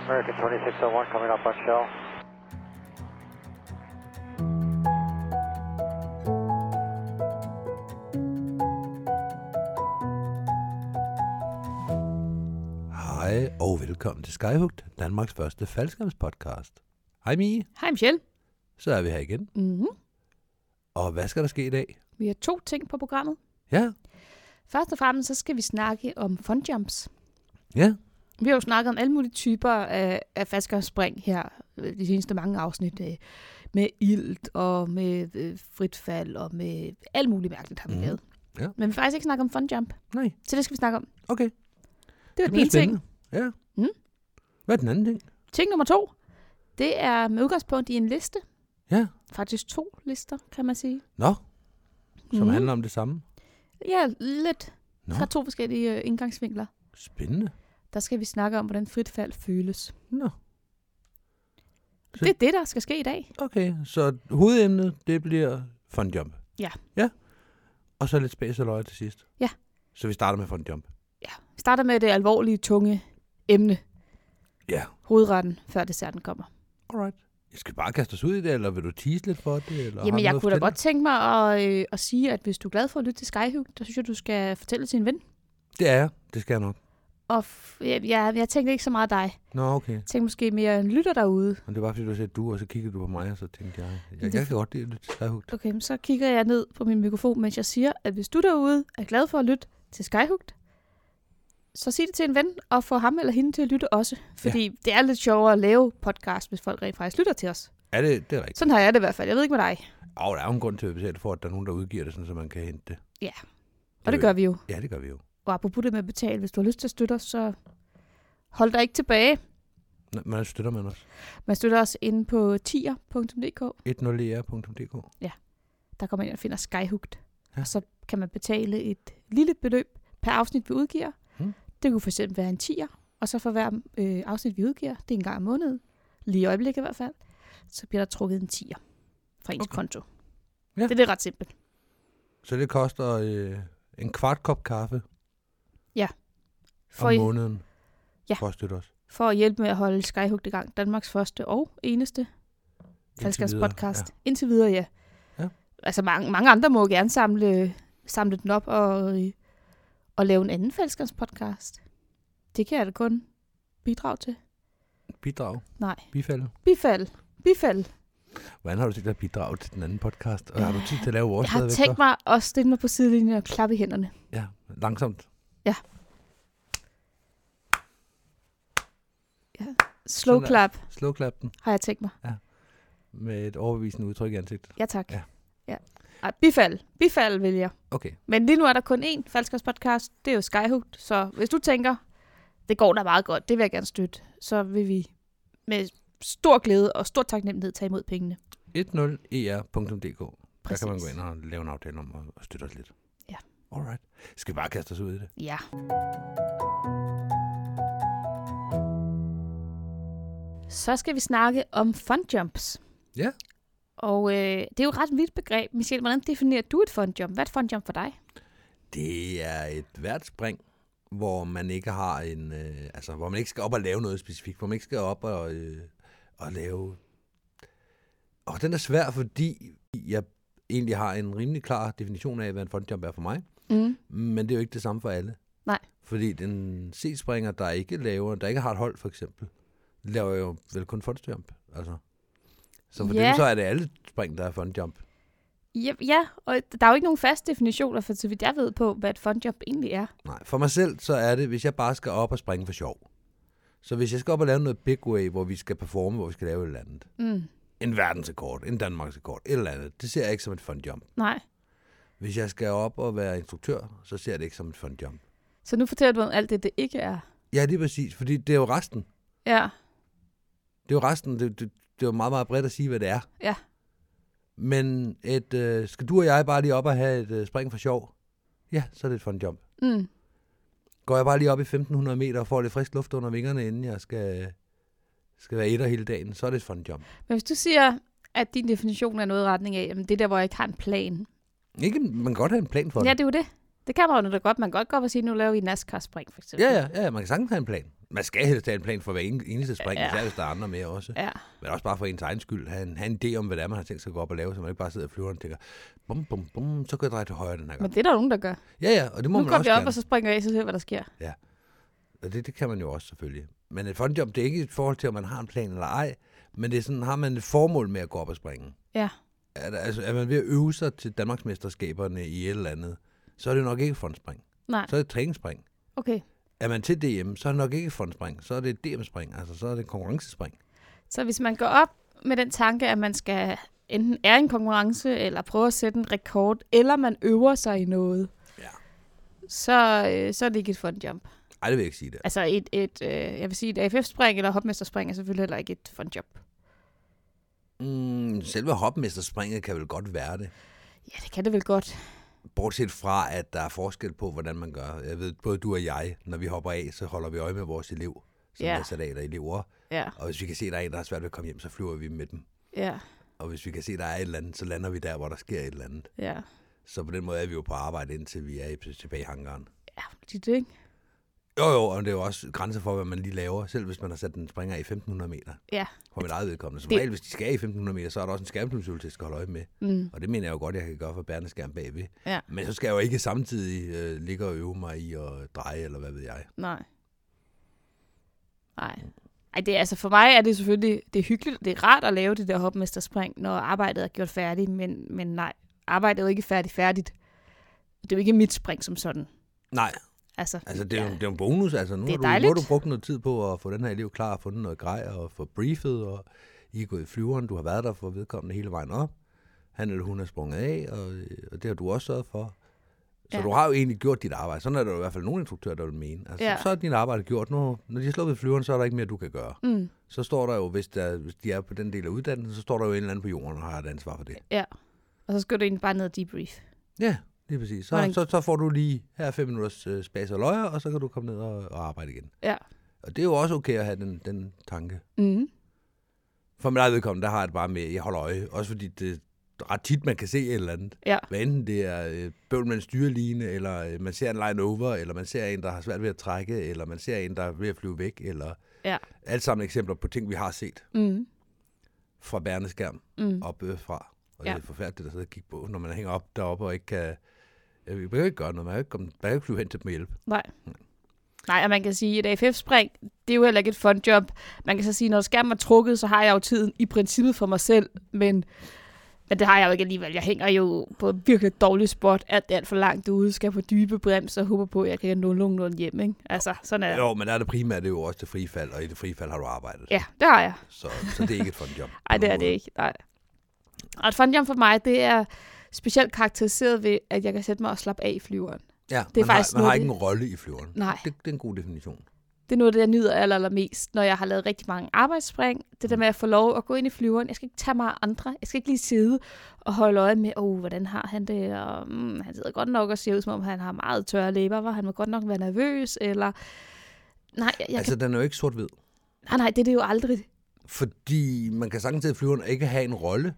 American 2601 coming up on shell. Hej og velkommen til Skyhugt, Danmarks første faldskærmspodcast. Hej Mie. Hej Michelle. Så er vi her igen. Mm-hmm. Og hvad skal der ske i dag? Vi har 2 ting på programmet. Ja. Først og fremmest så skal vi snakke om funjumps. Ja. Vi har jo snakket om alle mulige typer af faldskærmsspring her de seneste mange afsnit. Med ilt og med frit fald og med alt muligt mærkeligt har vi lavet. Ja. Men vi har faktisk ikke snakket om funjump. Nej. Så det skal vi snakke om. Okay. Det var den ene ting. Ja. Mm. Hvad er den anden ting? Ting nummer 2. Det er med udgangspunkt i en liste. Ja. Faktisk 2 lister, kan man sige. Nå. Som handler om det samme? Ja, lidt. Nå. Fra 2 forskellige indgangsvinkler. Spændende. Der skal vi snakke om, hvordan frit fald føles. Nå. Så... Det er det, der skal ske i dag. Okay, så hovedemnet, det bliver funjump. Ja. Ja. Og så lidt space og løje til sidst. Ja. Så vi starter med funjump. Ja. Vi starter med det alvorlige, tunge emne. Ja. Hovedretten, før desserten kommer. Alright. Jeg skal bare kaste os ud i det, eller vil du tease lidt for det? Eller Jamen, jeg kunne da godt tænke mig at sige, at hvis du er glad for at lytte til Skyhugt, så synes jeg, du skal fortælle til en ven. Det er jeg. Det skal jeg nok. Og jeg tænkte ikke så meget dig. Nå, okay. Jeg tænkte måske mere en lytter derude. Men det var fordi, du sagde du, og så kiggede du på mig, og så tænkte jeg kan godt lide at lytte til Skyhugt. Okay, så kigger jeg ned på min mikrofon, mens jeg siger, at hvis du derude er glad for at lytte til Skyhugt, så sig det til en ven, og få ham eller hende til at lytte også. Fordi det er lidt sjovere at lave podcast, hvis folk rent faktisk lytter til os. Er det er rigtigt? Sådan har jeg det i hvert fald. Jeg ved ikke med dig. Der er jo en grund til at betale for, at der er nogen, der udgiver det, sådan, så man kan hente det. Ja, og det gør vi jo. Ja, det gør vi jo. Og apropos det med at betale, hvis du har lyst til at støtte os, så hold dig ikke tilbage. Man støtter man også. Man støtter os inde på tier.dk. 10er.dk. Der kommer ind og finder Skyhugt. Ja. Og så kan man betale et lille beløb per afsnit, vi udgiver. Det kunne for eksempel være en 10'er. Og så for hver afsnit, vi udgiver, det er en gang om måneden, lige i øjeblikket i hvert fald, så bliver der trukket en 10'er fra ens konto. Ja. Det er ret simpelt. Så det koster en kvart kop kaffe om måneden for at støtte os. For at hjælpe med at holde Skyhugt i gang. Danmarks første og eneste faldskærmspodcast. Indtil videre, ja. Altså mange andre må gerne samle den op og lave en anden faldskærmspodcast. Det kan jeg da kun bidrage til. Bidrag? Nej. Bifald. Hvordan har du tænkt dig at bidrage til den anden podcast? Og har du tid til at lave vores? Jeg har tænkt mig at stille mig på sidelinjen og klappe i hænderne. Ja, langsomt. Ja. Slow clap. Slow clap den. Har jeg tænkt mig. Ja. Med et overbevisende udtryk i ansigtet. Ja, tak. Ja. Ej, bifald vil jeg. Okay. Men lige nu er der kun én faldskærmspodcast. Det er jo Skyhugt. Så hvis du tænker, det går da meget godt, det vil jeg gerne støtte, så vil vi med stor glæde og stor taknemmelighed tage imod pengene. 10er.dk. Præcis. Der kan man gå ind og lave en aftale om at støtte os lidt. Ja. Alright. Skal vi bare kaste os ud i det? Ja. Så skal vi snakke om funjumps. Ja. Og det er jo et ret vidt begreb. Michelle, hvordan definerer du et funjump? Hvad er et funjump for dig? Det er et hvert spring, hvor man ikke har en... hvor man ikke skal op og lave noget specifikt. Hvor man ikke skal op og lave... Og den er svær, fordi jeg egentlig har en rimelig klar definition af, hvad en funjump er for mig. Men det er jo ikke det samme for alle. Nej. Fordi den C-springer, der ikke har et hold, for eksempel, laver jo vel kun funjump. Altså. Så for dem så er det alle spring, der er funjump. Ja, og der er jo ikke nogen fast definitioner, for så vidt jeg ved på, hvad et funjump egentlig er. Nej, for mig selv, så er det, hvis jeg bare skal op og springe for sjov. Så hvis jeg skal op og lave noget big way, hvor vi skal performe, hvor vi skal lave et eller andet. En verdensrekord, en Danmarksrekord, et eller andet. Det ser jeg ikke som et funjump. Nej. Hvis jeg skal op og være instruktør, så ser jeg det ikke som et funjump. Så nu fortæller du om alt det ikke er? Ja, det er præcis, fordi det er jo resten. Ja. Det er jo resten. Det er jo meget, meget bredt at sige, hvad det er. Ja. Men skal du og jeg bare lige op og have et spring for sjov? Ja, så er det et funjump. Går jeg bare lige op i 1500 meter og får lidt frisk luft under vingerne, inden jeg skal være etter hele dagen, så er det et funjump. Men hvis du siger, at din definition er noget i retning af, jamen det er der, hvor jeg ikke har en plan. Ikke, man kan godt have en plan for det. Ja, det er jo det. Det kan man jo da godt. Man kan godt gå op og sige, nu laver vi NASCAR-spring, for eksempel. Ja, man kan sagtens have en plan. Man skal helst have en plan for hver eneste spring, især hvis der er andre med også. Ja. Men også bare for ens egen skyld. Have en idé om, hvad det er, man har tænkt sig at gå op og lave, så man ikke bare sidder og flyver og tænker, bum, bum, bum, så kan jeg dreje til højre den her gang. Men det er der nogen, der gør. Ja, og det må nu man også går vi op, gerne. og så springer jeg af, så ser hvad der sker. Ja, og det kan man jo også selvfølgelig. Men et fundjob, det er ikke et forhold til, om man har en plan eller ej, men det er sådan, har man et formål med at gå op og springe. Ja. Er man ved at øve sig til Danmarksmesterskaberne i et eller andet, så er det nok ikke et fondspring. Nej. Så er det et træningsspring. Okay. Er man til DM, så er det nok ikke et fondspring. Så er det et DM-spring, altså så er det et konkurrencespring. Så hvis man går op med den tanke, at man skal enten er i en konkurrence, eller prøve at sætte en rekord, eller man øver sig i noget, så er det ikke et fundjump. Ej, det vil jeg ikke sige det. Altså jeg vil sige, et AFF-spring eller hopmesterspring er selvfølgelig heller ikke et fundjump. Selve hopmesterspringet kan vel godt være det. Ja, det kan det vel godt. Bortset fra, at der er forskel på, hvordan man gør. Jeg ved, både du og jeg, når vi hopper af, så holder vi øje med vores elev, som er sat af der elever. Ja. Og hvis vi kan se, at der er en, der har svært ved at komme hjem, så flyver vi med dem. Ja. Og hvis vi kan se, at der er et eller andet, så lander vi der, hvor der sker et eller andet. Ja. Så på den måde er vi jo på arbejde, indtil vi er tilbage i hangaren. Ja, det er ikke. Jo, og det er jo også grænser for, hvad man lige laver, selv hvis man har sat en springer i 1.500 meter. Ja. For mit eget vedkommende. Som regel, hvis de skal i 1.500 meter, så er der også en skærmflyvelsesøvelse, jeg skal holde øje med. Og det mener jeg jo godt, jeg kan gøre for bærende bagved. Ja. Men så skal jeg jo ikke samtidig ligge og øve mig i at dreje, eller hvad ved jeg. Nej. Ej, det er, altså for mig er det selvfølgelig, det er hyggeligt, det er rart at lave det der hopmesterspring, når arbejdet er gjort færdigt, men nej, arbejdet er jo ikke færdigt. Det er jo ikke mit spring som sådan. Nej. Altså det er jo en bonus. Altså, nu har du brugt noget tid på at få den her elev klar, og fundet noget grej, og få briefet, og I er gået i flyveren. Du har været der for vedkommende hele vejen op. Han eller hun er sprunget af, og det har du også sørget for. Så du har jo egentlig gjort dit arbejde. Sådan er der jo i hvert fald nogle instruktører, der vil mene. Altså, så er dit arbejde gjort. Når de har slået ved flyveren, så er der ikke mere, du kan gøre. Så står der jo, hvis de er på den del af uddannelsen, så står der jo en eller anden på jorden, og har et ansvar for det. Ja, og så skal du egentlig bare ned og debrief. Ja. Lige præcis. Så får du lige her 5 minutters spas og løjer, og så kan du komme ned og arbejde igen. Ja. Og det er jo også okay at have den tanke. For mit eget vedkommende, der har jeg det bare med, at jeg holder øje. Også fordi det er ret tit, man kan se et eller andet. Ja. Hvad enten det er bøvl med en styreline, eller man ser en line over, eller man ser en, der har svært ved at trække, eller man ser en, der er ved at flyve væk, eller alt sammen eksempler på ting, vi har set. Fra bærende skærm oppe fra. Og det er forfærdeligt at sidde og kigge på, når man hænger op deroppe og ikke kan... Vi kan ikke gøre noget, man kan ikke flyve hen til dem og hjælpe. Nej, og man kan sige, at et AFF-spring, det er jo heller ikke et fundjob. Man kan så sige, når skærmen er trukket, så har jeg jo tiden i princippet for mig selv, men det har jeg jo ikke alligevel. Jeg hænger jo på et virkelig dårligt spot, alt for langt ude, skal på dybe bremser og håber på, at jeg kan nå nogenlunde hjem, ikke? Altså, sådan er det. Jo, men der er det primært, det er jo også til frifald, og i det frifald har du arbejdet. Ja, det har jeg. Så det er ikke et fundjob. Nej, det er det ikke. Nej. Og et fundjob for mig, det er specielt karakteriseret ved, at jeg kan sætte mig og slappe af i flyveren. Ja, det er man har ikke en rolle i flyveren. Nej. Det er en god definition. Det er noget, det jeg nyder allermest, når jeg har lavet rigtig mange arbejdsspring. Det der med at få lov at gå ind i flyveren. Jeg skal ikke tage mig af andre. Jeg skal ikke lige sidde og holde øje med, hvordan har han det? Og, han sidder godt nok og ser ud, som om han har meget tørre læber. Var han må godt nok være nervøs, eller... Nej, den er jo ikke sort-hvid. Nej, det er det jo aldrig. Fordi man kan sagtens til flyveren ikke have en rolle,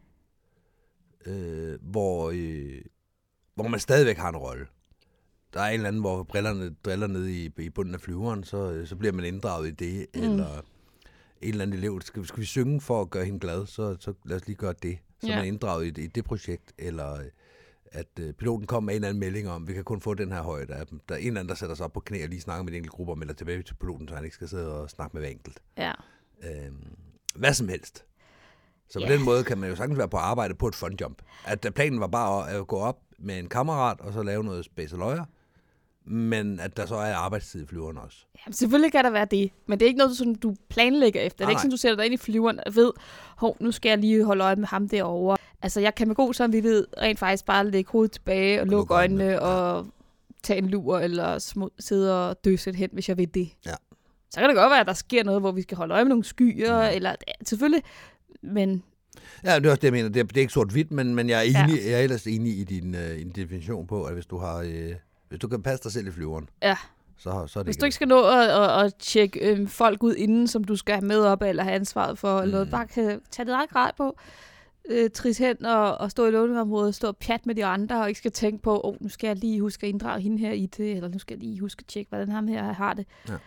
hvor man stadigvæk har en rolle. Der er en eller anden, hvor brillerne driller ned i bunden af flyveren, så bliver man inddraget i det, eller en eller anden elev, skal vi synge for at gøre hende glad, så lad os lige gøre det. Så man er inddraget i det projekt, eller at piloten kommer med en eller anden melding om, vi kan kun få den her højde. Der er en eller anden, der sætter sig op på knæ og lige snakker med en enkelt gruppe og melder tilbage til piloten, så han ikke skal sidde og snakke med hver enkelt. Ja. Hvad som helst. Så på den måde kan man jo sagtens være på arbejde på et fundjump. At planen var bare at gå op med en kammerat, og så lave noget space og løjer, men at der så er arbejdstid i flyveren også. Jamen, selvfølgelig kan der være det, men det er ikke noget, som du planlægger efter. Det er ikke sådan, du sætter dig ind i flyveren og ved, nu skal jeg lige holde øje med ham derovre. Altså, jeg kan med god samvittighed rent faktisk bare lægge hovedet tilbage og lukke øjnene og tage en lur, eller sidde og døse hen, hvis jeg vil det. Ja. Så kan det godt være, at der sker noget, hvor vi skal holde øje med nogle skyer, eller selvfølgelig, men... Ja, det er også det, jeg mener. Det er ikke sort-hvidt, men jeg er enig, jeg er ellers enig i din definition på, at hvis du kan passe dig selv i flyveren, så er det. Hvis du ikke skal nå at tjekke folk ud inden, som du skal have med op, eller have ansvaret for, eller noget, bare kan tage det eget grej på, tris hen og stå i låneområdet, stå og pjat med de andre, og ikke skal tænke på, nu skal jeg lige huske at inddrage hende her i det, eller nu skal jeg lige huske at tjekke, hvordan ham her har det. Ja.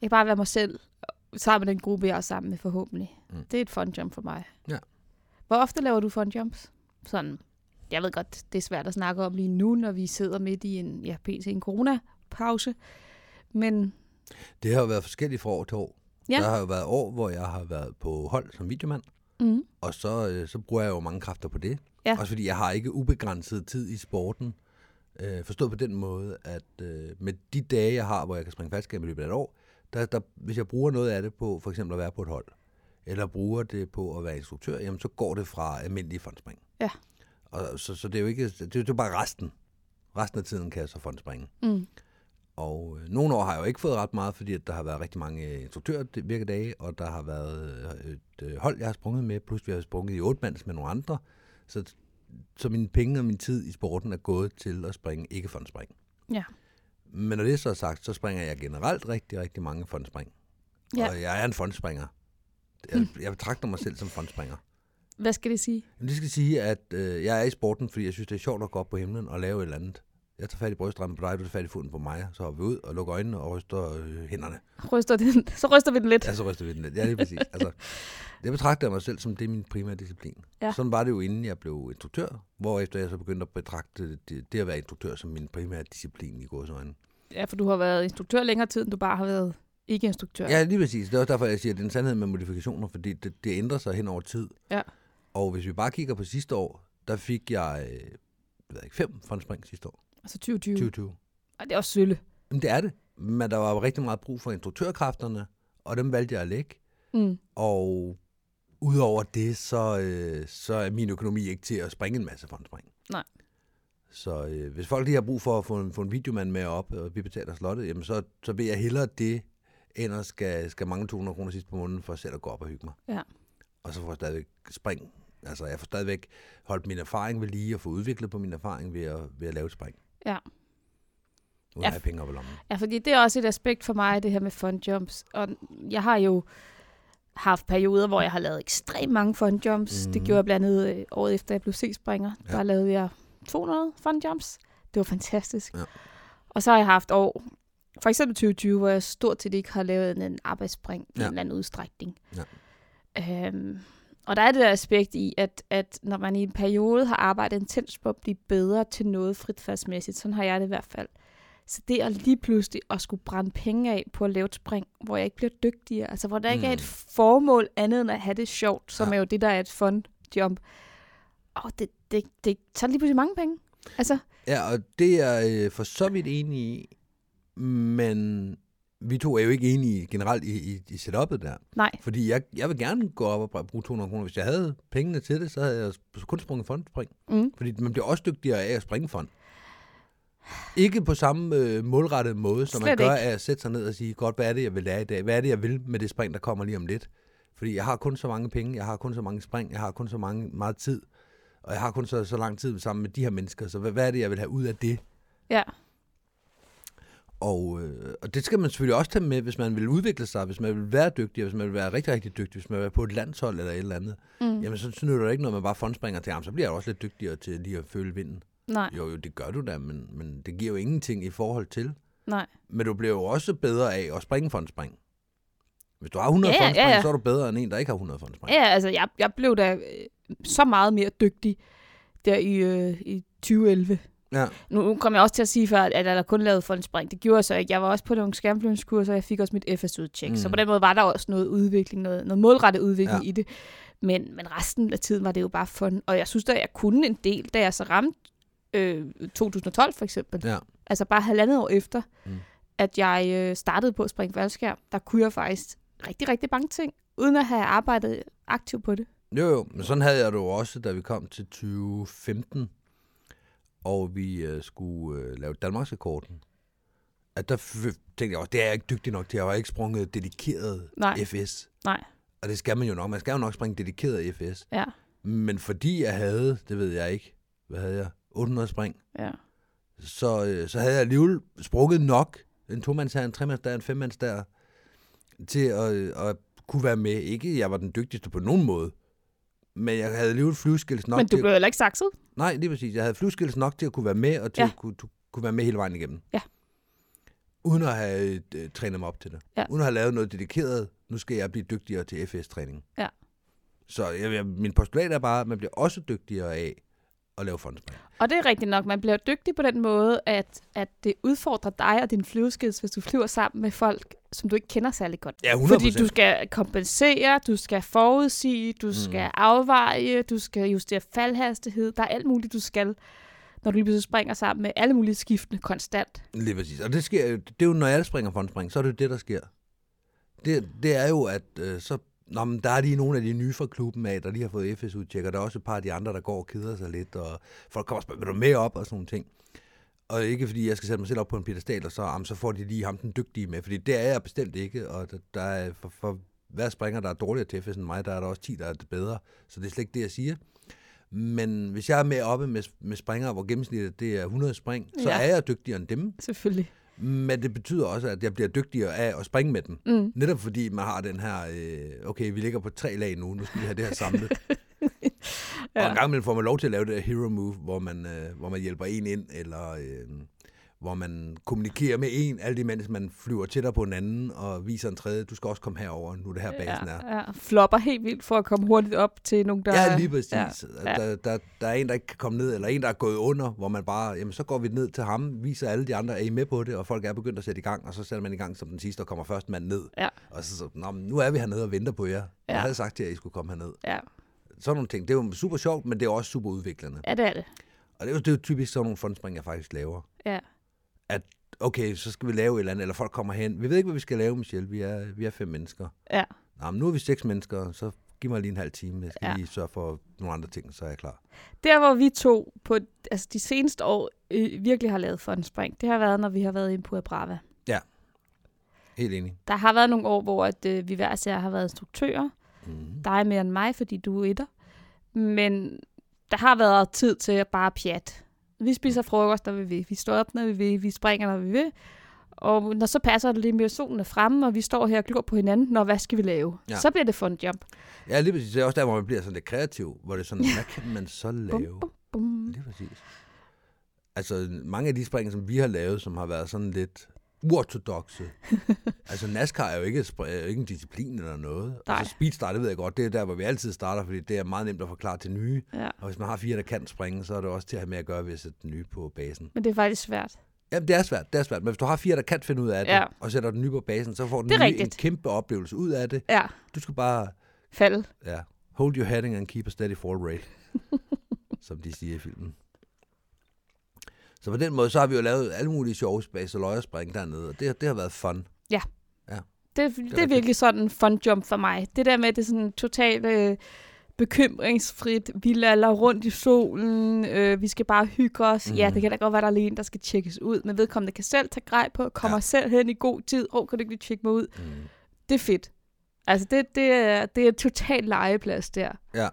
kan bare være mig selv, sammen med den gruppe, jeg er sammen med forhåbentlig. Det er et fun jump for mig. Ja. Hvor ofte laver du fun jumps? Sådan, jeg ved godt, det er svært at snakke om lige nu, når vi sidder midt i en coronapause. Men det har jo været forskelligt fra år til år. Ja. Der har jo været år, hvor jeg har været på hold som videomand, og så bruger jeg jo mange kræfter på det. Ja. Også fordi jeg har ikke ubegrænset tid i sporten. Forstået på den måde, at med de dage, jeg har, hvor jeg kan springe faldskærm i løbet af et år, der, hvis jeg bruger noget af det på for eksempel at være på et hold, eller bruger det på at være instruktør, jamen så går det fra almindelige fondspring. Ja. Og så det er jo ikke, det er bare resten. Resten af tiden kan jeg så fondspringe. Og nogle år har jeg jo ikke fået ret meget, fordi at der har været rigtig mange instruktørvirkedage, og der har været et hold, jeg har sprunget med, plus vi har sprunget i 8-mands med nogle andre. Så mine penge og min tid i sporten er gået til at springe ikke fondspring. Ja. Men når det så er sagt, så springer jeg generelt rigtig, rigtig mange fondspring. Ja. Og jeg er en fondspringer. Jeg betragter mig selv som fondspringer. Hvad skal det sige? Det skal sige, at jeg er i sporten, fordi jeg synes, det er sjovt at gå op på himlen og lave et eller andet. Jeg tager fat i brystrammen på dig, du tager fat i foden på mig, så hopper vi ud og lukker øjnene og ryster hænderne. Så ryster vi den lidt. Ja, så ryster vi den lidt. Ja, det er præcis. Altså, det betragter jeg mig selv som, det er min primære disciplin. Ja. Sådan var det jo, inden jeg blev instruktør, hvorefter jeg så begyndte at betragte det at være instruktør som min primære disciplin i gåseøjne. Ja, for du har været instruktør længere tid, end du bare har været ikke-instruktør. Ja, lige præcis. Det er også derfor, jeg siger, at det er en sandhed med modifikationer, fordi det ændrer sig hen over tid. Ja. Og hvis vi bare kigger på sidste år, der fik jeg 5 fondspring sidste år. Altså 2020. 2020. Og det er også sølle. Jamen, det er det. Men der var rigtig meget brug for instruktørkræfterne, og dem valgte jeg at lægge. Og udover det, så er min økonomi ikke til at springe en masse fondspring. Nej. Så hvis folk lige har brug for at få en videomand med op, og vi betaler slottet, jamen så vil jeg hellere det, end at skal mange 200 kroner sidst på måneden, for selv at gå op og hygge mig. Ja. Og så får jeg stadigvæk spring. Altså, jeg får stadigvæk holdt min erfaring ved lige, og få udviklet på min erfaring ved at lave et spring. Ja. Uden at have penge op i lommen. Ja, fordi det er også et aspekt for mig, det her med fun jumps. Og jeg har jo haft perioder, hvor jeg har lavet ekstremt mange fun jumps. Det gjorde jeg blandt andet året efter, jeg blev C-springer. Der lavede jeg 200 fun jumps. Det var fantastisk. Ja. Og så har jeg haft år, for eksempel 2020, hvor jeg stort set ikke har lavet en arbejdsspring i en eller anden udstrækning. Ja. Og der er det der aspekt i, at når man i en periode har arbejdet intens på at blive bedre til noget fritfærdsmæssigt, sådan har jeg det i hvert fald. Så det er lige pludselig at skulle brænde penge af på at lave et spring, hvor jeg ikke bliver dygtigere, altså hvor der ikke er et formål andet end at have det sjovt, som er jo det, der er et fun jump. Og det tager lige pludselig mange penge. Altså. Ja, og det er jeg for så vidt enig i, men vi to er jo ikke enige generelt i setup'et der. Nej. Fordi jeg vil gerne gå op og bruge 200 kroner. Hvis jeg havde pengene til det, så havde jeg kun sprunget fondspring. Fordi man bliver også dygtigere af at springe fond. Ikke på samme målrettede måde, som man gør af at sætte sig ned og sige, godt, hvad er det, jeg vil lære i dag? Hvad er det, jeg vil med det spring, der kommer lige om lidt? Fordi jeg har kun så mange penge, jeg har kun så mange spring, jeg har kun så meget tid, og jeg har kun så lang tid sammen med de her mennesker, så hvad er det, jeg vil have ud af det? Ja. Og det skal man selvfølgelig også tage med, hvis man vil udvikle sig, hvis man vil være dygtig, hvis man vil være rigtig, rigtig dygtig, hvis man vil være på et landshold eller et eller andet. Jamen, så nytter det ikke noget, man bare fondspringer til ham, så bliver jeg også lidt dygtigere til lige at føle vinden. Nej. Jo, det gør du da, men det giver jo ingenting i forhold til. Nej. Men du bliver jo også bedre af at springe fondspring. Hvis du har 100 fondspring, så er du bedre end en, der ikke har 100 fondspring. Ja, altså jeg blev da så meget mere dygtig der i 2011. Ja. Nu kom jeg også til at sige før, at jeg kun lavede fondspring. Det gjorde jeg så ikke. Jeg var også på nogle skærmflyvningskurser, og jeg fik også mit FS-udtjek. Så på den måde var der også noget udvikling, noget målrettet udvikling i det. Men resten af tiden var det jo bare fun. Og jeg synes da, jeg kunne en del, da jeg så ramte 2012 for eksempel. Ja. Altså bare 1,5 år efter, at jeg startede på at springe faldskærm, der kunne jeg faktisk rigtig, rigtig mange ting, uden at have arbejdet aktivt på det. Jo, men sådan havde jeg det jo også, da vi kom til 2015, og vi skulle lave Danmarksrekorden. At der tænkte jeg også, det er jeg ikke dygtig nok til. Jeg var ikke sprunget dedikeret FS. Nej. Og det skal man jo nok. Man skal jo nok springe dedikeret FS. Ja. Men fordi jeg havde, det ved jeg ikke, hvad havde jeg? 800 spring. Ja. Så havde jeg alligevel sprunget nok, en 2-mandsherre, en 3-mandsherre, en 5-mandsherre, til at kunne være med. Ikke, jeg var den dygtigste på nogen måde, men jeg havde alligevel flyveskills nok. Men du blev heller ikke sakset? Nej, lige præcis. Jeg havde flyveskills nok til at kunne være med, og til at kunne være med hele vejen igennem. Ja. uden at have trænet mig op til det. Ja. Uden at have lavet noget dedikeret, nu skal jeg blive dygtigere til FS-træning. Ja. Så min postulat er bare, at man bliver også dygtigere af at lave fondspring. Og det er rigtigt nok. Man bliver dygtig på den måde, at det udfordrer dig og din flyveskills, hvis du flyver sammen med folk, som du ikke kender særlig godt. Ja, 100%. Fordi du skal kompensere, du skal forudsige, du skal afveje, du skal justere faldhastighed. Der er alt muligt, du skal, når du lige pludselig springer sammen med alle mulige skiftende konstant. Lige præcis. Og det sker, det er jo, når alle springer fondspring, så er det der sker. Det er jo, at så... Nå, men der er lige nogle af de nye fra klubben af, der lige har fået FS-udtjek, og der er også et par af de andre, der går og keder sig lidt, og folk kommer og spørger, vil du med op, og sådan nogle ting. Og ikke fordi jeg skal sætte mig selv op på en piedestal, og så får de lige ham den dygtige med, fordi det er jeg bestemt ikke, og der er for hver springer, der er dårligere til FS end mig, der er der også 10, der er det bedre, så det er slet ikke det, jeg siger. Men hvis jeg er med oppe med springere, hvor gennemsnittet det er 100 spring, så er jeg dygtigere end dem. Selvfølgelig. Men det betyder også, at jeg bliver dygtigere af at springe med dem. Netop fordi man har den her, okay, vi ligger på 3 lag nu skal vi have det her samlet. Og en gang imellem får man lov til at lave det hero move, hvor man hjælper en ind, eller hvor man kommunikerer med en, alt imens man flyver tættere på en anden, og viser en tredje, du skal også komme herover, nu det her basen er. Ja, flopper helt vildt for at komme hurtigt op til nogen, der... Ja, lige præcis. Ja. Der er en, der ikke kan komme ned, eller en, der er gået under, hvor man bare, jamen så går vi ned til ham, viser alle de andre, er I med på det, og folk er begyndt at sætte i gang, og så sætter man i gang som den sidste, og kommer først mand ned. Ja. Og så nu er vi hernede og venter på jer. Jeg havde sagt til jer, at I skulle komme herned. Ja. Sådan nogle ting. Det er jo super sjovt, men det er også super udviklende. Ja, det er det. Og det er jo typisk sådan nogle fondspring, jeg faktisk laver. Ja. At okay, så skal vi lave et eller andet, eller folk kommer hen. Vi ved ikke, hvad vi skal lave, Michelle. Vi er 5 mennesker. Ja. Nå, men nu er vi 6 mennesker, så giv mig lige en halv time. Jeg skal lige sørge for nogle andre ting, så er jeg klar. Der, hvor vi to på de seneste år virkelig har lavet fondspring, det har været, når vi har været i Pura Brava. Ja, helt enig. Der har været nogle år, hvor vi hver især har været instruktører. Dig mere end mig, fordi du er etter. Men der har været tid til at bare pjat. Vi spiser frokost, når vi vil. Vi står op, når vi vil. Vi springer, når vi vil. Og når så passer det lige med, solen er fremme, og vi står her og glor på hinanden, når hvad skal vi lave? Ja. Så bliver det fun jump. Ja, lige præcis. Det er også der, hvor man bliver sådan lidt kreativ, hvor det er sådan, hvad kan man så lave? Bum. Lige præcis. Altså, mange af de spring, som vi har lavet, som har været sådan lidt uortodokse. Altså, NASCAR er jo ikke en disciplin eller noget. Altså, speedstart, det ved jeg godt, det er der, hvor vi altid starter, fordi det er meget nemt at forklare til nye. Ja. Og hvis man har 4, der kan springe, så er det også til at have med at gøre ved at sætte den nye på basen. Men det er faktisk svært. Ja, det er svært. Men hvis du har 4, der kan finde ud af det, og sætter den nye på basen, så får den nye en kæmpe oplevelse ud af det. Ja. Du skal bare... falde. Ja. Hold your heading and keep a steady fall rate. Som de siger i filmen. Så på den måde, så har vi jo lavet alle mulige sjove space- og løjerspring dernede, og det har været fun. Ja. Det er virkelig sådan en fun jump for mig. Det der med, det er sådan totalt bekymringsfrit. Vi laller rundt i solen. Vi skal bare hygge os. Ja, det kan da godt være, der er lige en, der skal tjekkes ud, men vedkommende kan selv tage grej på, kommer selv hen i god tid. Kan du ikke lige tjekke mig ud? Det er fedt. Altså, det er totalt legeplads der. Ja.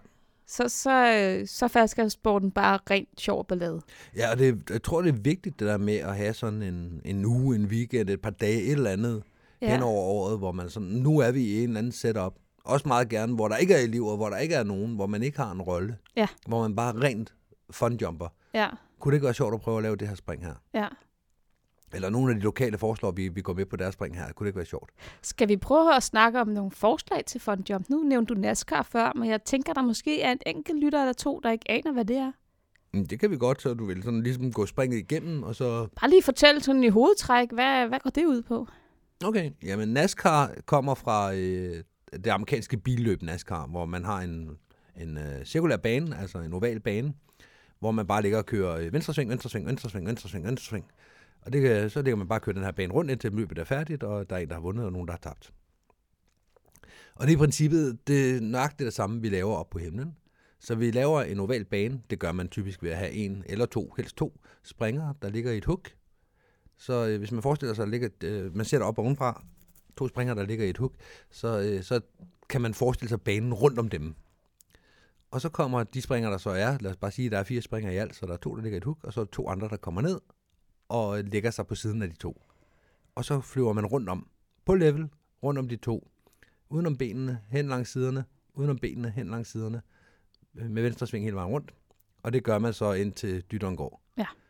Så faldskærmssporten bare rent sjov ballade. Ja, og jeg tror, det er vigtigt, det der med at have sådan en uge, en weekend, et par dage, et eller andet hen over året, hvor man sådan, nu er vi i en eller anden setup. Også meget gerne, hvor der ikke er elever, hvor der ikke er nogen, hvor man ikke har en rolle. Ja. Hvor man bare rent funjumper. Ja. Kunne det ikke være sjovt at prøve at lave det her spring her? Ja. Eller nogle af de lokale forslag, vi går med på deres spring her. Kunne det ikke være sjovt? Skal vi prøve at snakke om nogle forslag til funjump? Nu nævnte du NASCAR før, men jeg tænker, der måske er en enkelt lytter eller to, der ikke aner, hvad det er. Det kan vi godt, så du vil sådan ligesom gå springet igennem, og så... Bare lige fortælle sådan i hovedtræk, hvad går det ud på? Okay, jamen NASCAR kommer fra det amerikanske billøb NASCAR, hvor man har en cirkulær bane, altså en oval bane, hvor man bare ligger og kører venstresving. Og så kan man bare køre den her bane rundt, indtil løbet er færdigt, og der er en, der har vundet, og nogen, der har tabt. Og det er i princippet det nøjagtigt det samme, vi laver op på himlen. Så vi laver en oval bane. Det gør man typisk ved at have en eller to, helst 2 springere, der ligger i et hug. Så hvis man forestiller sig, at man sætter op ovenfra 2 springere, der ligger i et hug, så kan man forestille sig banen rundt om dem. Og så kommer de springere, der så er, lad os bare sige, at der er 4 springere i alt, så der er 2, der ligger i et hug, og så er der 2 andre, der kommer ned og lægger sig på siden af de 2. Og så flyver man rundt om, på level, rundt om de 2, udenom benene, hen langs siderne, udenom benene, hen langs siderne, med venstre sving hele vejen rundt. Og det gør man så ind til Dytteren går. Ja.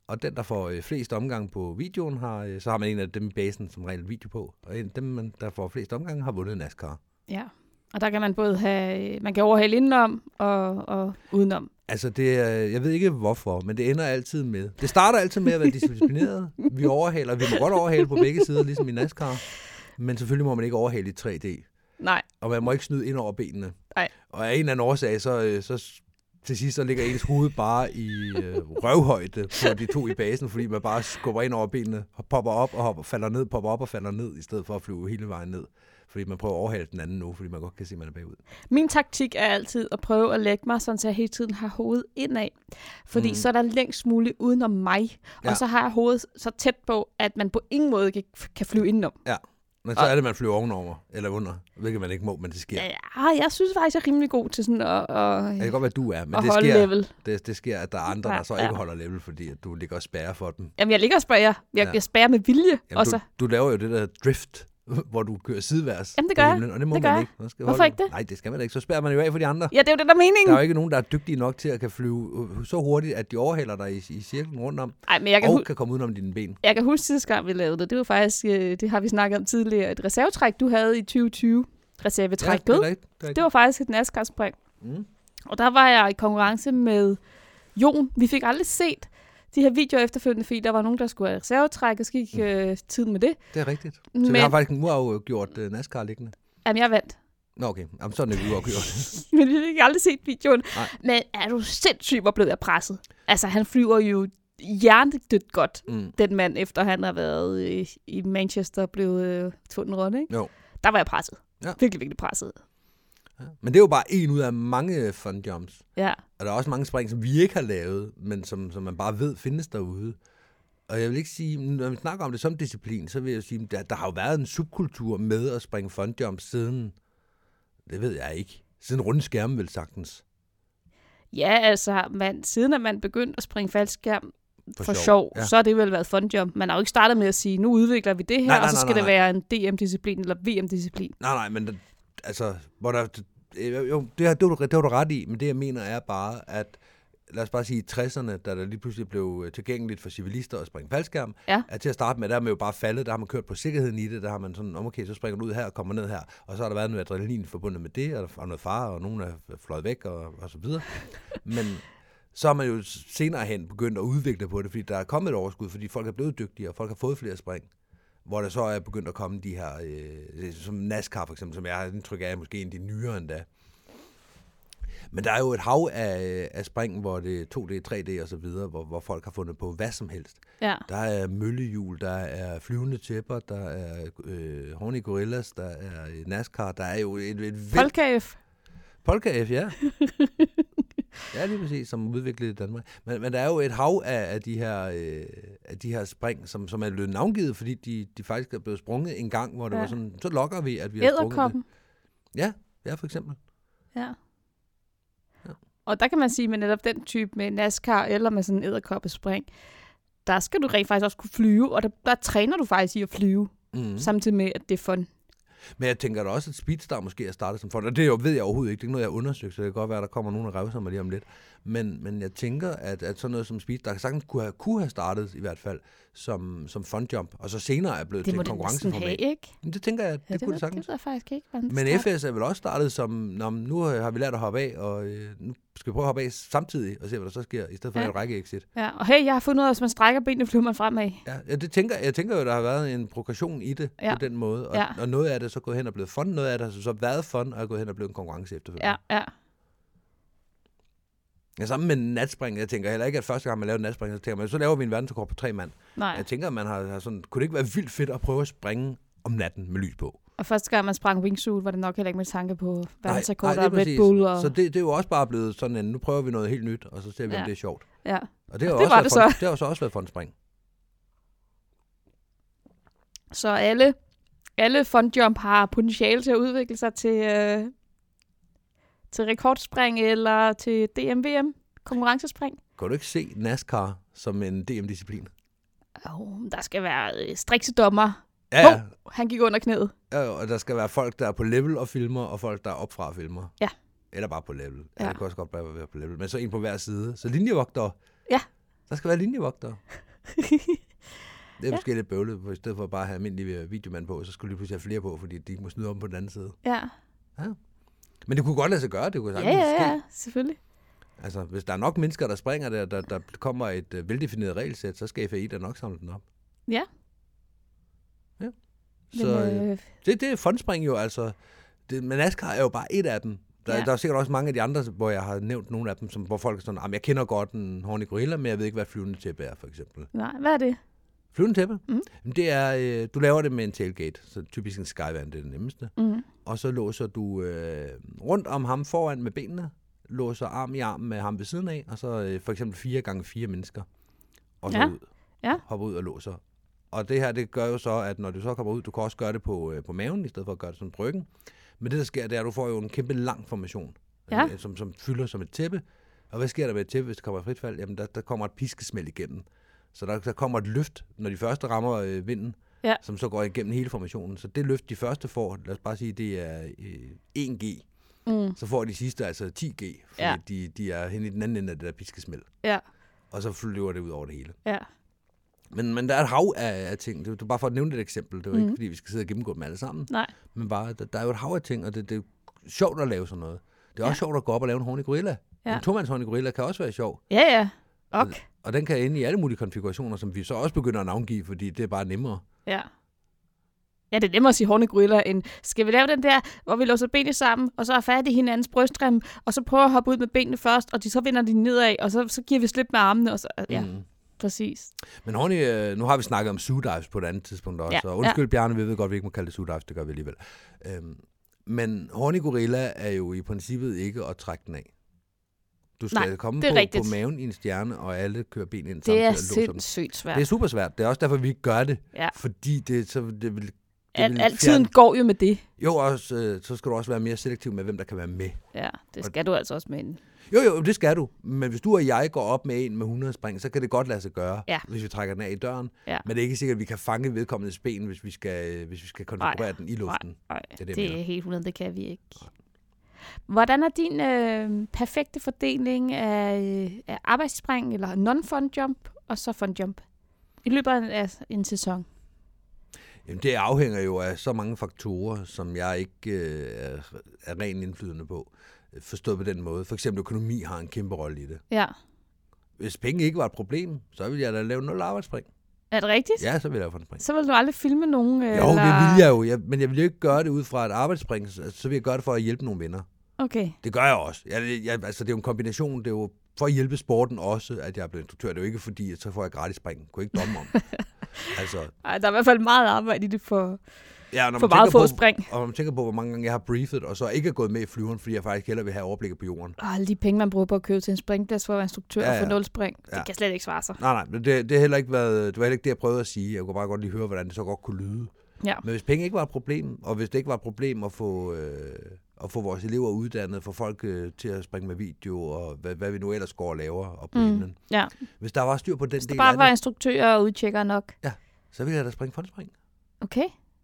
og den, der får flest omgang på videoen, så har man en af dem i basen som regel video på, og dem, der får flest omgang, har vundet NASCAR. Ja, og der kan man både man kan overhale indenom og udenom. Altså, jeg ved ikke hvorfor, men det ender altid med. Det starter altid med at være disciplineret. Vi må godt overhale på begge sider, ligesom i NASCAR. Men selvfølgelig må man ikke overhale i 3D. Nej. Og man må ikke snyde ind over benene. Nej. Og af en eller anden årsag, så til sidst så ligger ens hoved bare i røvhøjde på de to i basen, fordi man bare skubber ind over benene, og popper op og falder ned, popper op og falder ned, i stedet for at flyve hele vejen ned. Fordi man prøver at overhale den anden nu, fordi man godt kan se, at man er bagud. Min taktik er altid at prøve at lægge mig, sådan så jeg hele tiden har hovedet indad. Fordi så er der længst muligt udenom mig. Ja. Og så har jeg hovedet så tæt på, at man på ingen måde kan flyve indenom. Ja, men så er det, man flyver ovenover eller under. Hvilket man ikke må, men det sker. Ja, jeg synes faktisk, jeg er rimelig god til sådan at det kan godt være, at du er, men det sker, level. Det sker, at der er andre, der så ikke holder level, fordi at du ligger og spærrer for dem. Jamen, jeg ligger og spærrer. Jeg spærrer med vilje. Jamen, du laver jo det der drift, hvor du kører sideværs. Jamen, det gør himlen, og det må det man ikke. Hvorfor ikke det? Nej, det skal man ikke. Så spærrer man jo af for de andre. Ja, det er jo det, der er meningen. Der er jo ikke nogen, der er dygtige nok til at kan flyve så hurtigt, at de overhaler dig i cirklen rundt om. Ej, men jeg kan komme udenom dine ben. Jeg kan huske sidste gang, vi lavede det. Det var faktisk, det har vi snakket om tidligere, et reservetræk, du havde i 2020. Reservetræk. Ja, det er rigtigt. Det var faktisk et NASCAR-spring. Og der var jeg i konkurrence med Jon. Vi fik aldrig set de her videoer efterfølgende, fordi der var nogen, der skulle have reservetræk, og så gik tiden med det. Det er rigtigt. Så vi har faktisk en uafgjort NASCAR liggende. Jamen, jeg vandt. Nå, okay. Jamen, sådan er det uafgjort. Men vi fik aldrig set videoen. Nej. Men er du sindssygt, hvor blev jeg presset? Altså, han flyver jo hjernedødt godt, den mand, efter han har været i Manchester og blevet fundet rundt, ikke? Jo. Der var jeg presset. Ja. Virkelig, virkelig presset. Ja. Men det er jo bare en ud af mange fun jumps. Ja. Og der er også mange spring, som vi ikke har lavet, men som man bare ved findes derude. Og jeg vil ikke sige, når vi snakker om det som disciplin, så vil jeg sige, der har jo været en subkultur med at springe fun jumps siden, det ved jeg ikke, siden runde skærmen vel sagtens. Ja, altså, siden at man begyndte at springe faldskærm for sjov, så har det vel været fun jump. Man har jo ikke startet med at sige, nu udvikler vi det her, og så skal det være en DM-disciplin eller VM-disciplin. Nej, men altså, hvor der, jo, det har du ret i, men det jeg mener er bare, at lad os bare sige, i 60'erne, da der lige pludselig blev tilgængeligt for civilister at springe faldskærm, at til at starte med, der er man jo bare faldet, der har man kørt på sikkerheden i det, der har man sådan, okay, så springer du ud her og kommer ned her, og så har der været noget adrenalin forbundet med det, og noget fare, og nogen er fløjet væk, og så videre. Men så har man jo senere hen begyndt at udvikle på det, fordi der er kommet et overskud, fordi folk er blevet dygtige, og folk har fået flere spring. Hvor der så er begyndt at komme de her, som NASCAR for eksempel, som jeg har indtryk af, måske en af de nyere endda. Men der er jo et hav af spring, hvor det er 2D, 3D og så videre, hvor folk har fundet på hvad som helst. Ja. Der er møllehjul, der er flyvende tæpper, der er Horny Gorillas, der er NASCAR, der er jo et Polka-F. Polka-F, ja. Ja, lige præcis, som udviklet i Danmark. Men der er jo et hav af de her spring, som er blevet navngivet, fordi de faktisk er blevet sprunget en gang, hvor det var sådan, så lokker vi, at vi har sprunget det. Ja, for eksempel. Ja. Og der kan man sige, med netop den type med NASCAR eller med sådan en edderkoppespring, der skal du rent faktisk også kunne flyve, og der træner du faktisk i at flyve, samtidig med, at det er fun. Men jeg tænker da også, at Speedstar måske er startet som fun, og det ved jeg overhovedet ikke, det er ikke noget, jeg har undersøgt, så det kan godt være, at der kommer nogen og revser mig lige om lidt. Men jeg tænker, at sådan noget som Speedstar sagtens kunne have startet i hvert fald som fun jump, og så senere er blevet til en konkurrenceformat. Det må det Men det tænker jeg, det kunne det sagtens. Det ved jeg faktisk ikke. Men FS er vel også startet som, nu har vi lært at hoppe af, og nu skal vi prøve at hoppe af samtidig, og se, hvad der så sker, i stedet for en række-exit. Ja, og hey, jeg har fundet ud af, at hvis man strækker benene, flyver man fremad. Ja, jeg tænker jo, der har været en progression i det på den måde, og noget af det så gået hen og blevet fun, noget af det har så været fun, og er gået hen og blevet en konkurrence efterfølgende. Ja. Ja, sammen med natspring, jeg tænker heller ikke, at første gang man laver natspring, så tænker man, så laver vi en verdensrekord på 3 mand. Nej. Jeg tænker, at man har sådan, kunne det ikke være vildt fedt at prøve at springe om natten med lys på? Og første gang man sprang wingsuit, var det nok heller ikke med tanke på verdensrekord og Red Bull. Og... Så det er jo også bare blevet sådan, at nu prøver vi noget helt nyt, og så ser vi, om det er sjovt. Ja. Og det har jo også været fun spring. Så alle fun jump har potentiale til at udvikle sig til rekordspring eller til DMVM, konkurrencespring. Kan du ikke se NASCAR som en DM-disciplin? Der skal være strikse dommer. Ja. Han gik under knæet. Ja, og der skal være folk, der er på level og filmer, og folk, der er op fra filmer. Ja. Eller bare på level. Ja, det kan også godt være på level. Men så en på hver side. Så linjevogter. Ja. Der skal være linjevogtere. Det er måske lidt bøvlet, for i stedet for bare at have almindelig videomand på, så skulle de pludselig have flere på, fordi de ikke må snyde om på den anden side. Ja. Men det kunne godt lade sig gøre, det kunne sagtens ske. Ja, selvfølgelig. Altså, hvis der er nok mennesker, der springer der kommer et veldefineret regelsæt, så skal FAI da nok samle den op. Ja. Ja. Så Men, det er fondspring jo, altså. Men NASCAR er jo bare et af dem. Der er sikkert også mange af de andre, hvor jeg har nævnt nogle af dem, hvor folk er sådan, jeg kender godt en Horny Gorilla, men jeg ved ikke, hvad flyvende tæppe er, for eksempel. Nej, hvad er det? Flyvende tæppe? Det er, du laver det med en tailgate, så typisk en Skyvan, det er det nemmeste. Og så låser du rundt om ham foran med benene, låser arm i arm med ham ved siden af, og så for eksempel 4x4 mennesker. Og så hopper ud og låser. Og det her, det gør jo så, at når du så kommer ud, du kan også gøre det på maven, i stedet for at gøre det som bryggen. Men det, der sker, det er, at du får jo en kæmpe lang formation, som fylder som et tæppe. Og hvad sker der med et tæppe, hvis der kommer et frit fald? Jamen, der kommer et piskesmæld igennem. Så der kommer et løft, når de første rammer vinden, som så går igennem hele formationen. Så det løft, de første får, lad os bare sige, det er 1G. Så får de sidste altså 10G, fordi de er hen i den anden ende af det der piskesmæld. Ja. Og så flyver det ud over det hele. Ja. Men der er et hav af ting. Det er bare for at nævne et eksempel. Det er jo ikke, fordi vi skal sidde og gennemgå dem alle sammen. Nej. Men bare, der er jo et hav af ting, og det er sjovt at lave sådan noget. Det er også sjovt at gå op og lave en Horny Gorilla. Ja. En tomands Horny Gorilla kan også være sjov. Ja. Okay. Og den kan ende i alle mulige konfigurationer, som vi så også begynder at navngive, fordi det er bare nemmere. Ja. Ja, det er nemmere at sige Horny Gorilla, end skal vi lave den der, hvor vi låser benene sammen, og så er fat i hinandens brystrem, og så prøver at hoppe ud med benene først, og så vinder de nedad, og så giver vi slip med armene, og så, præcis. Men Horny, nu har vi snakket om sue-dives på et andet tidspunkt også, og undskyld Bjarne, vi ved godt, vi ikke må kalde det sue-dives, det gør vi alligevel. Men Horny Gorilla er jo i princippet ikke at trække den af. Du skal komme på maven i en stjerne, og alle kører ben ind samtidig. Det er sindssygt svært. Det er super svært. Det er også derfor, vi ikke gør det. Ja. Fordi det vil tiden går jo med det. Jo, også, så skal du også være mere selektiv med, hvem der kan være med. Ja, det skal du altså også med en. Jo, det skal du. Men hvis du og jeg går op med en med 100 spring, så kan det godt lade sig gøre, hvis vi trækker den af i døren. Ja. Men det er ikke sikkert, at vi kan fange vedkommendes ben, hvis vi skal konfigurere den i luften. Nej, det er helt 100, det kan vi ikke. Hvordan er din perfekte fordeling af arbejdsspring, eller non-fun jump, og så fun jump, i løbet af en sæson? Jamen, det afhænger jo af så mange faktorer, som jeg ikke er ren indflydende på. Forstået på den måde. For eksempel økonomi har en kæmpe rolle i det. Ja. Hvis penge ikke var et problem, så ville jeg da lave 0 arbejdsspring. Er det rigtigt? Ja, så ville jeg lave spring. Så ville du aldrig filme nogen? Jo, eller? Det ville jeg jo. Men jeg ville jo ikke gøre det ud fra et arbejdsspring. Så vil jeg gøre det for at hjælpe nogle venner. Okay. Det gør jeg også. Altså, det er jo en kombination. Det er jo for at hjælpe sporten også, at jeg er blevet instruktør. Det er jo ikke fordi, at så får jeg gratis spring. Kunne ikke domme om. Altså. Ej, der er i hvert fald meget arbejde i det for meget få spring. Og når man tænker på, hvor mange gange jeg har briefet, og så ikke er gået med i flyveren, fordi jeg faktisk hellere vil have overblikket på jorden. Alle de penge, man bruger på at købe til en springplads for at være instruktør og få 0 spring, det kan slet ikke svare sig. Nej, det har heller ikke været, det var heller ikke det, jeg prøvede at sige. Jeg kunne bare godt lige høre, hvordan det så godt kunne lyde. Ja. Men hvis penge ikke var et problem, og hvis det ikke var et problem at få vores elever uddannet, få folk til at springe med video, og hvad vi nu ellers går og laver op på himlen. Ja. Hvis der var styr på den del af det. Hvis der bare var instruktører og udtjekker nok. Ja, så ville jeg da springe fondspring. Okay.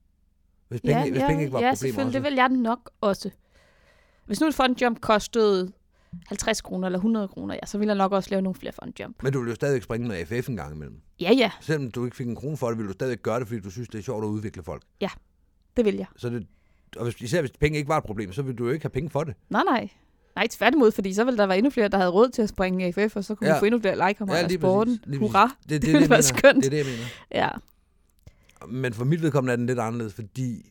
Hvis penge ikke var et problem også. Selvfølgelig, det vil jeg nok også. Hvis nu et fondjump kostede 50 kroner eller 100 kroner, så ville jeg nok også lave nogle flere fondjump. Men du ville jo stadig springe med AFF en gang imellem. Ja. Selvom du ikke fik en krone for det, ville du stadig gøre det, fordi du synes, det er sjovt at udvikle folk. Ja, det vil jeg. Og især hvis penge ikke var et problem, så ville du jo ikke have penge for det. Nej, tværtimod, fordi så ville der være endnu flere, der havde råd til at springe AFF, og så kunne vi få endnu flere like-kammerater af sporten. Hurra, det ville være skønt. Det er det, jeg mener. Ja. Men for mit vedkommende er den lidt anderledes, fordi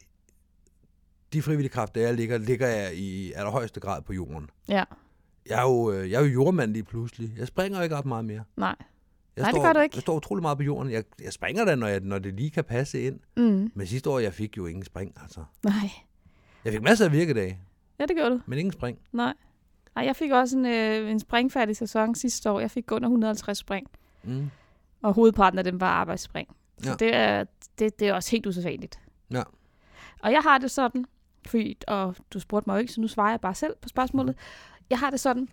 de frivillige kræfter, jeg ligger jeg i allerhøjeste grad på jorden. Ja. Jeg er jo jordmand lige pludselig. Jeg springer jo ikke ret meget mere. Nej, det gør du ikke. Jeg står utrolig meget på jorden. Jeg springer da, når det lige kan passe ind. Men sidste år, jeg fik jo ingen spring, altså. Nej. Jeg fik masser af virkedage. Ja, det gjorde du. Men ingen spring. Nej, jeg fik også en springfærdig sæson sidste år. Jeg fik under 150 spring. Og hovedparten af dem var arbejdsspring. Så det er også helt usædvanligt. Ja. Og jeg har det sådan, og du spurgte mig jo ikke, så nu svarer jeg bare selv på spørgsmålet. Jeg har det sådan,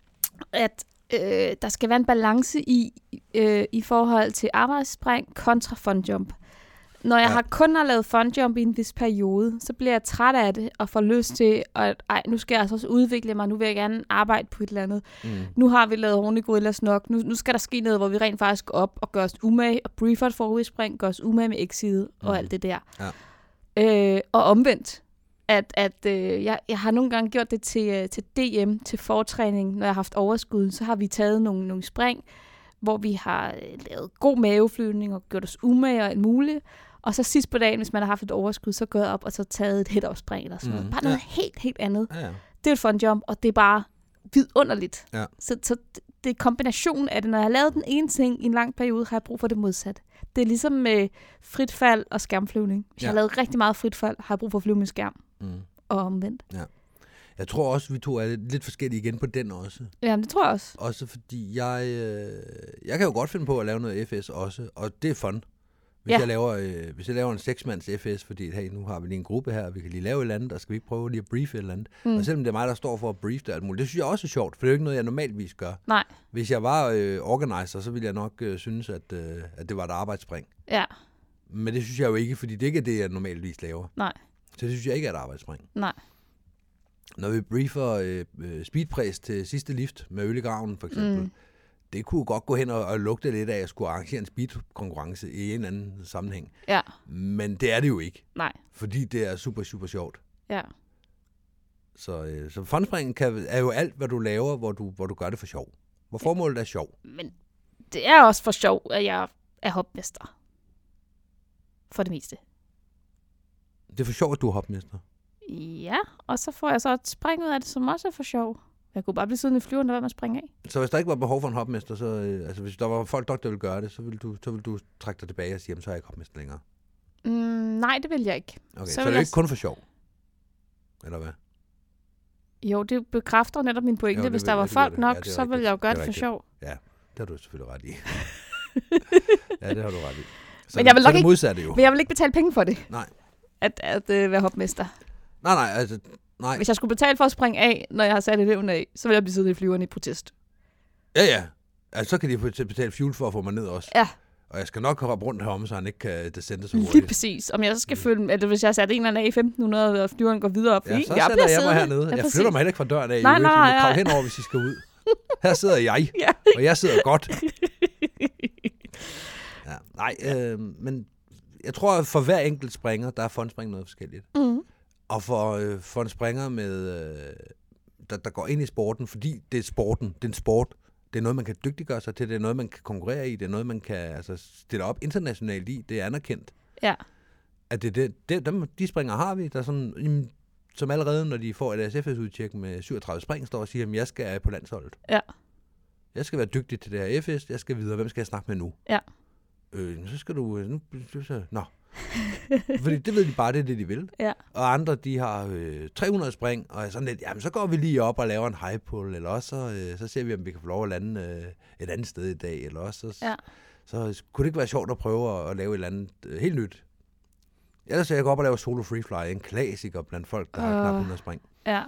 at der skal være en balance i forhold til arbejdsspring kontra fun jump. Når jeg kun har lavet funjump i en vis periode, så bliver jeg træt af det og får lyst til, at nu skal jeg altså også udvikle mig, nu vil jeg gerne arbejde på et eller andet. Nu har vi lavet Horny Gorillas nok, nu skal der ske noget, hvor vi rent faktisk går op og gør os umage, og briefer et forudspring, gør os umage med exit og alt det der. Ja. Og omvendt, jeg har nogle gange gjort det til DM, til fortræning, når jeg har haft overskud, så har vi taget nogle spring, hvor vi har lavet god maveflyvning og gjort os umage og alt muligt. Og så sidst på dagen, hvis man har haft et overskud, så går jeg op og så taget et head-up-spring eller sådan noget. Bare noget helt andet. Ja. Det er et fun jump, og det er bare vidunderligt. Ja. Så det er kombinationen af det. Når jeg har lavet den ene ting i en lang periode, har jeg brug for det modsat. Det er ligesom med fritfald og skærmflyvning. Hvis jeg har lavet rigtig meget fritfald, har jeg brug for at flyve med skærm. Og omvendt. Ja. Jeg tror også, vi to er lidt forskellige igen på den også. Ja, det tror jeg også. Også fordi jeg kan jo godt finde på at lave noget FS også, og det er fun. Hvis jeg laver en 6-mands FS, fordi hey, nu har vi lige en gruppe her, og vi kan lige lave et eller andet, og skal vi ikke prøve lige at briefe et eller andet. Og selvom det er mig, der står for at briefe det alt muligt, det synes jeg også er sjovt, for det er jo ikke noget, jeg normalvis gør. Nej. Hvis jeg var organizer, så ville jeg nok synes, at det var et arbejdsspring. Ja. Men det synes jeg jo ikke, fordi det ikke er det, jeg normalvis laver. Nej. Så det synes jeg ikke er et arbejdsspring. Nej. Når vi briefer speedpress til sidste lift med øl i graven, for eksempel, det kunne godt gå hen og lugte lidt af, at jeg skulle arrangere en speedkonkurrence i en anden sammenhæng. Ja. Men det er det jo ikke. Nej. Fordi det er super, super sjovt. Ja. Så funspringen er jo alt, hvad du laver, hvor du gør det for sjov. Hvor formålet er sjov. Men det er også for sjov, at jeg er hopmester. For det meste. Det er for sjov, at du er hopmester. Ja, og så får jeg så et spring ud af det, som også er for sjov. Jeg kunne bare blive siddende i flyveren, der var med at springe af. Så hvis der ikke var behov for en hopmester, så altså hvis der var folk, der ville gøre det, så ville du trække dig tilbage og sige, jamen, så er jeg ikke hopmester længere? Nej, det vil jeg ikke. Okay, så er det ikke kun for sjov? Eller hvad? Jo, det bekræfter netop min pointe. Jo, hvis der var folk nok, så ville jeg jo gøre det for sjov. Ja, det har du selvfølgelig ret i. Ja, det har du ret i. Men jeg vil nok ikke, modsatte jo. Men jeg vil ikke betale penge for det. Nej. At være hopmester. Nej. Hvis jeg skulle betale for at springe af, når jeg har sat eleven af, så ville jeg blive siddende i flyveren i protest. Ja. Altså, så kan de betale fuel for at få mig ned også. Ja. Og jeg skal nok hoppe rundt heromme, så han ikke kan descende så hurtigt. Lige præcis. Om jeg så skal følge med, hvis jeg har sat en eller anden af i 1500, og flyveren går videre op. Ja, så sætter jeg mig hernede. Jeg flytter mig heller ikke fra døren af. Nej. Jeg kravler henover, hvis I skal ud. Her sidder jeg, og jeg sidder godt. Ja, men jeg tror, at for hver enkelt springer, der er fundspring noget forskelligt. Og for en springer der går ind i sporten, fordi det er sporten, det er en sport. Det er noget, man kan dygtiggøre sig til, det er noget, man kan konkurrere i, det er noget, man kan stille op internationalt i, det er anerkendt. Ja. At de springer har vi, der er sådan, som allerede, når de får et SFS-udtjek med 37 spring, står og siger, at jeg skal på landsholdet. Ja. Jeg skal være dygtig til det her FS, jeg skal videre, hvem skal jeg snakke med nu? Ja. Så skal du... Nå. Fordi det ved de bare, det er det, de vil. Ja. Og andre, de har 300 spring, og er sådan lidt, jamen så går vi lige op og laver en high pull, eller også så ser vi, om vi kan få lov at lande et andet sted i dag, eller også så kunne det ikke være sjovt at prøve at lave et eller andet helt nyt. Ellers så jeg går op og lave solo free fly, en klassiker blandt folk, der har knap 100 spring. Ja.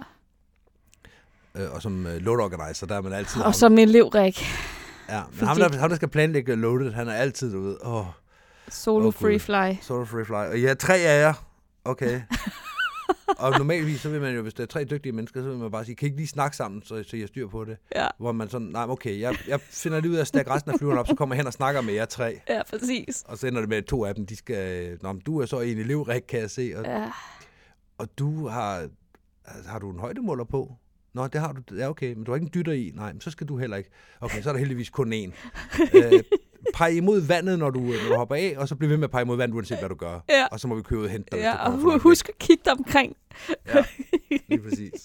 Og som load organizer, der er man altid... Og som elevrik. Ja, men ham, der skal planlægge loadet, han er altid derude. Solo free fly. Solo free fly. Og ja, 3 af jer. Okay. Og normalvis, så vil man jo, hvis der er 3 dygtige mennesker, så vil man bare sige, kan I ikke lige snakke sammen, så jeg styr på det? Ja. Hvor man sådan, nej, okay, jeg finder lige ud af at stakke resten af flyverne op, så kommer jeg hen og snakker med jer 3. Ja, præcis. Og så ender det med 2 af dem, de skal, du er så en elevrik, kan jeg se. Og du har du en højdemåler på? Nå, det har du. Ja, okay, men du har ikke en dytter i. Nej, men så skal du heller ikke. Okay, så er der heldigvis kun én. Pege imod vandet, når du hopper af, og så bliver ved med at pege imod vandet, uanset hvad du gør. Ja. Og så må vi købe ud og hente dig. Ja, og husk at kigge dig omkring. Ja, lige præcis.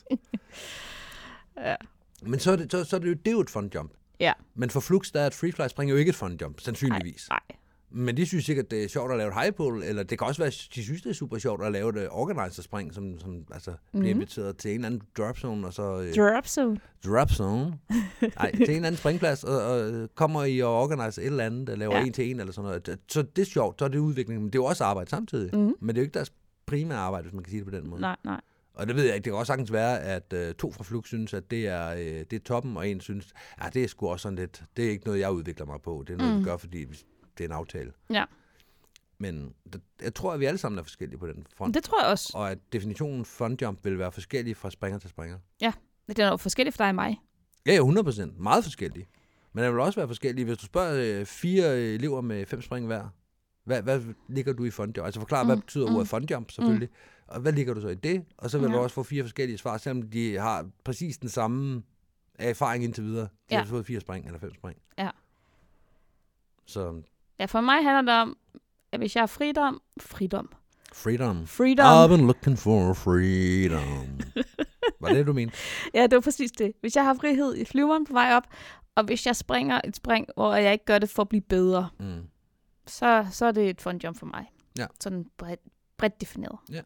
Ja. Men så er det jo et fun jump. Ja. Men for Flux, der er et freefly spring jo ikke et fun jump, sandsynligvis. Nej. Men de synes sikkert, det er sjovt at lave et high pull, eller det kan også være, de synes, det er super sjovt at lave et organizer-spring, som bliver inviteret til en eller anden drop zone, og så... Drop zone? Nej, til en eller anden springplads, og kommer I og organiser et eller andet, der laver 1 til 1 eller sådan noget. Så det er sjovt, så er det udvikling, men det er jo også arbejde samtidig. Men det er jo ikke deres primære arbejde, hvis man kan sige det på den måde. Nej. Og det ved jeg ikke. Det kan også sagtens være, at 2 fra Flux synes, at det er toppen, og en synes, at det er sgu også sådan lidt, det er ikke noget, jeg udvikler mig på. Det er noget, vi gør, fordi det er en aftale. Ja. Men jeg tror, at vi alle sammen er forskellige på den front. Det tror jeg også. Og at definitionen fun jump vil være forskellig fra springer til springer. Ja, det er jo forskelligt for dig og mig. Ja, 100%. Meget forskellige. Men det vil også være forskellige. Hvis du spørger 4 elever med 5 spring hver, hvad ligger du i fun jump? Altså forklar, hvad betyder ordet fun jump selvfølgelig. Og hvad ligger du så i det? Og så vil du også få 4 forskellige svar, selvom de har præcis den samme erfaring indtil videre. De har fået 4 spring eller 5 spring. Ja. Så... Ja, for mig handler det om, at hvis jeg har freedom. Freedom. Freedom. I've been looking for freedom. Var det, du mente? Ja, det var præcis det. Hvis jeg har frihed i flyveren på vej op, og hvis jeg springer et spring, hvor jeg ikke gør det for at blive bedre, så er det et fun jump for mig. Ja. Sådan bredt defineret. Ja.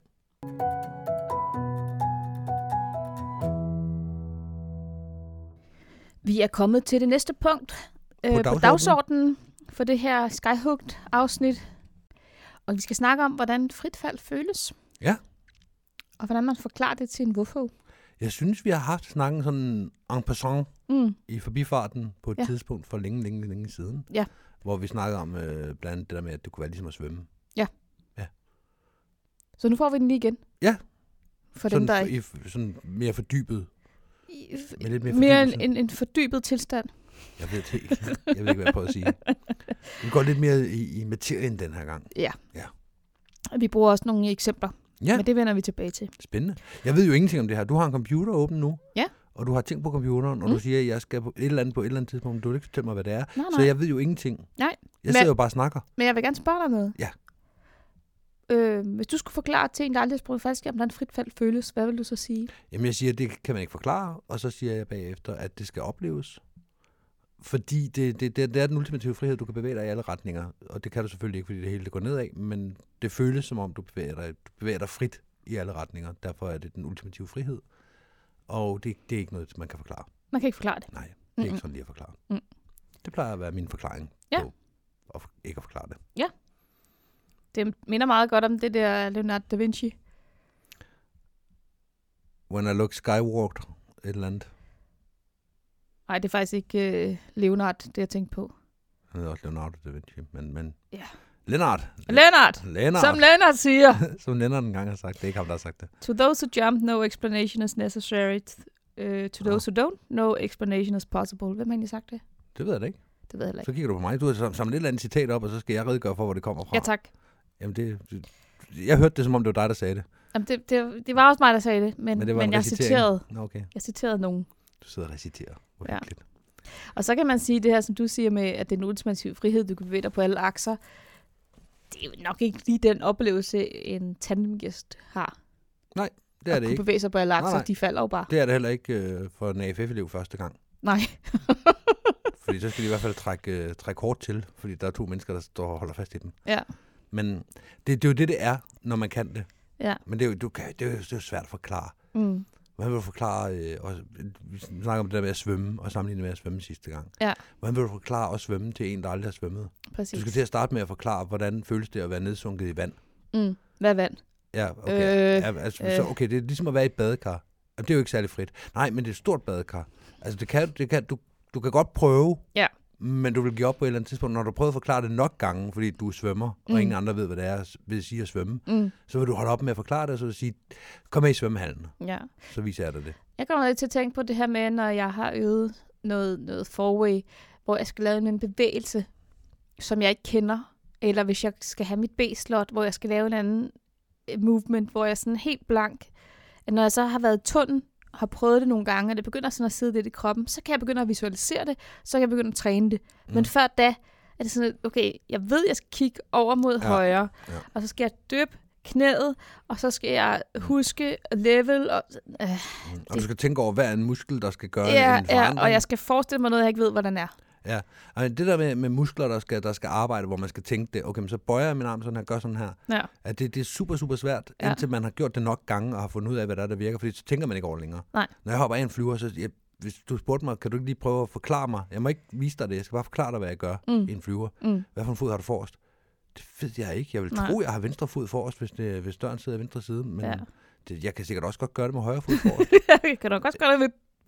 Vi er kommet til det næste punkt på dagsordenen for det her Skyhooked-afsnit. Og vi skal snakke om, hvordan frit fald føles. Ja. Og hvordan man forklarer det til en hvorfor. Jeg synes, vi har haft snakken sådan en passant i forbifarten på et tidspunkt for længe siden. Ja. Hvor vi snakkede om blandt andet det der med, at det kunne være ligesom at svømme. Ja. Ja. Så nu får vi den lige igen. Ja. For sådan, dem, der sådan mere fordybet. Med lidt mere en fordybet tilstand. Jeg ved det ikke. Jeg ved ikke, hvad jeg prøver at sige. Vi går lidt mere i materien den her gang. Ja. Ja. Vi bruger også nogle eksempler. Ja. Men det vender vi tilbage til. Spændende. Jeg ved jo ingenting om det her. Du har en computer åben nu. Ja. Og du har ting på computeren, og du siger, at jeg skal på et eller andet tidspunkt. Du vil ikke fortælle mig, hvad det er. Nej. Så jeg ved jo ingenting. Nej. Jeg sidder jo bare og snakker. Men jeg vil gerne spørge dig noget. Ja. Hvis du skulle forklare til en, der aldrig har sprunget faldskærm, hvordan frit fald føles, hvad vil du så sige? Jamen jeg siger, at det kan man ikke forklare, og så siger jeg bagefter, at det skal opleves. Fordi det er den ultimative frihed, du kan bevæge dig i alle retninger. Og det kan du selvfølgelig ikke, fordi det hele det går nedad, men det føles som om, du bevæger dig frit i alle retninger. Derfor er det den ultimative frihed. Og det er ikke noget, man kan forklare. Man kan ikke forklare det. Nej, det er ikke sådan lige at forklare. Det plejer at være min forklaring på at ikke at forklare det. Ja. Det minder meget godt om det der Leonardo da Vinci. When I look skywalked, et eller andet. Nej, det er faktisk ikke Leonard, det jeg tænkte på. Han hedder også Leonardo da Vinci, men... Ja. Lennart! Som Lennart siger! Som Lennart engang har sagt. Det er ikke ham, der har sagt det. To those who jump, no explanation is necessary. To those who don't, no explanation is possible. Hvem har egentlig sagt det? Det ved jeg da ikke. Det ved jeg heller ikke. Så kigger du på mig. Du har samlet et eller andet citat op, og så skal jeg redegøre for, hvor det kommer fra. Ja, tak. Jamen, jeg hørte det, som om det var dig, der sagde det. Jamen, det var også mig, der sagde det, men jeg citerede. Okay. Jeg citerede nogen. Du sidder og reciterer. Ja. Og så kan man sige det her, som du siger med, at det er en ultimativ frihed, du kan bevæge dig på alle akser. Det er jo nok ikke lige den oplevelse, en tandemgæst har. Nej, det er det ikke. At kunne bevæge sig på alle akser, Nej. de falder jo bare. Det er det heller ikke for en AFF-elev første gang. Nej. Fordi så skal de i hvert fald trække hårdt til, fordi der er 2 mennesker, der står og holder fast i dem. Ja. Men det er jo det er, når man kan det. Ja. Men det er jo svært at forklare. Hvordan vil du forklare, vi snakker om det der med at svømme, og sammenligne med at svømme sidste gang. Ja. Hvordan vil du forklare at svømme til en, der aldrig har svømmet? Præcis. Du skal til at starte med at forklare, hvordan føles det at være nedsunket i vand. Hvad er vand? Ja, okay. Okay, det er ligesom at være i et badekar. Jamen, det er jo ikke særlig frit. Nej, men det er et stort badekar. Altså, du kan godt prøve, men du vil give op på et eller andet tidspunkt, når du prøver at forklare det nok gange, fordi du svømmer, og ingen andre ved, hvad det er, vil sige at svømme. Så vil du holde op med at forklare det, og så vil du sige, kom med i svømmehallen. Ja. Så viser jeg dig det. Jeg kommer lidt til at tænke på det her med, når jeg har øvet noget forway, hvor jeg skal lave en bevægelse, som jeg ikke kender, eller hvis jeg skal have mit B-slot, hvor jeg skal lave en anden movement, hvor jeg er sådan helt blank. Når jeg så har været tynd, har prøvet det nogle gange, og det begynder sådan at sidde lidt i kroppen, så kan jeg begynde at visualisere det, så kan jeg begynde at træne det. Men før da, er det sådan, okay, jeg ved, jeg skal kigge over mod højre, og så skal jeg dyppe knæet, og så skal jeg huske level. Og du skal tænke over, hvad er en muskel, der skal gøre en forandring. Og jeg skal forestille mig noget, jeg ikke ved, hvordan er. Ja, og det der med muskler, der skal arbejde, hvor man skal tænke det, okay, men så bøjer jeg min arm sådan her, gør sådan her. Ja. At det er super, super svært, indtil man har gjort det nok gange, og har fundet ud af, hvad der virker, fordi så tænker man ikke over længere. Nej. Når jeg hopper af en flyver, så hvis du spurgte mig, kan du ikke lige prøve at forklare mig? Jeg må ikke vise dig det, jeg skal bare forklare dig, hvad jeg gør i en flyver. Hvad for en fod har du forrest? Det ved jeg ikke. Jeg vil tro, jeg har venstre fod forrest, hvis døren sidder i venstre side, men jeg kan sikkert også godt gøre det med højre fod forrest. Jeg kan nok også gøre det med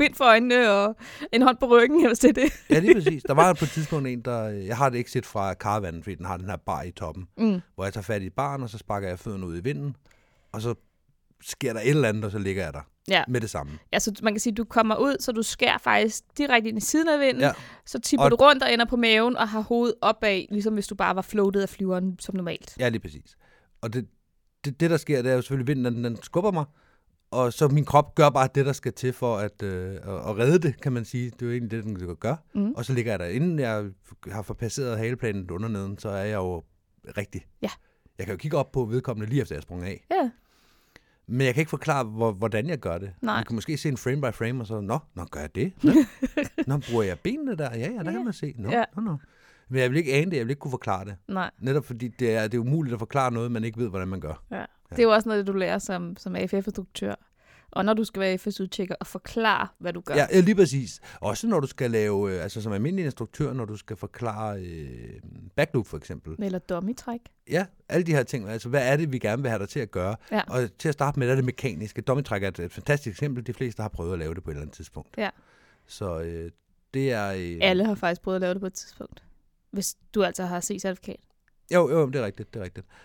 bind for øjnene og en hånd på ryggen, hvis det er det. Ja, lige præcis. Der var på et tidspunkt en, der... Jeg har det ikke set fra Caravanen, fordi den har den her bar i toppen, hvor jeg tager fat i baren, og så sparker jeg fødderne ud i vinden, og så sker der et eller andet, og så ligger jeg der med det samme. Ja, så man kan sige, at du kommer ud, så du skærer faktisk direkte ind i siden af vinden, så tipper du rundt og ender på maven og har hovedet opad, ligesom hvis du bare var floatet af flyveren som normalt. Ja, lige præcis. Og det der sker, det er jo selvfølgelig, vinden den skubber mig, og så min krop gør bare det, der skal til for at redde det, kan man sige. Det er jo egentlig det, den kan gøre. Og så ligger jeg der. Inden jeg har forpasseret haleplanen under neden, så er jeg jo rigtig. Ja. Jeg kan jo kigge op på vedkommende lige efter jeg sprang af. Ja. Men jeg kan ikke forklare, hvordan jeg gør det. Nej. Man kan måske se en frame by frame, og så, nå, gør jeg det? Nå, bruger jeg benene der? Ja, der kan man se. Nå. Men jeg vil ikke ane det, jeg vil ikke kunne forklare det. Nej. Netop fordi det er umuligt at forklare noget, man ikke ved, hvordan man gør. Ja. Det er jo også noget, du lærer som AFF-instruktør. Og når du skal være AFF-udtjekker, og forklare, hvad du gør. Ja, lige præcis. Også når du skal lave, altså som almindelig instruktør, når du skal forklare backloop for eksempel. Eller dummy-træk. Ja, alle de her ting. Altså, hvad er det, vi gerne vil have dig til at gøre? Ja. Og til at starte med, der er det mekaniske. Dummy-træk er et fantastisk eksempel. De fleste har prøvet at lave det på et eller andet tidspunkt. Ja. Så det er... Alle har faktisk prøvet at lave det på et tidspunkt. Hvis du altså har C-certifikat. Jo, det er rigtigt.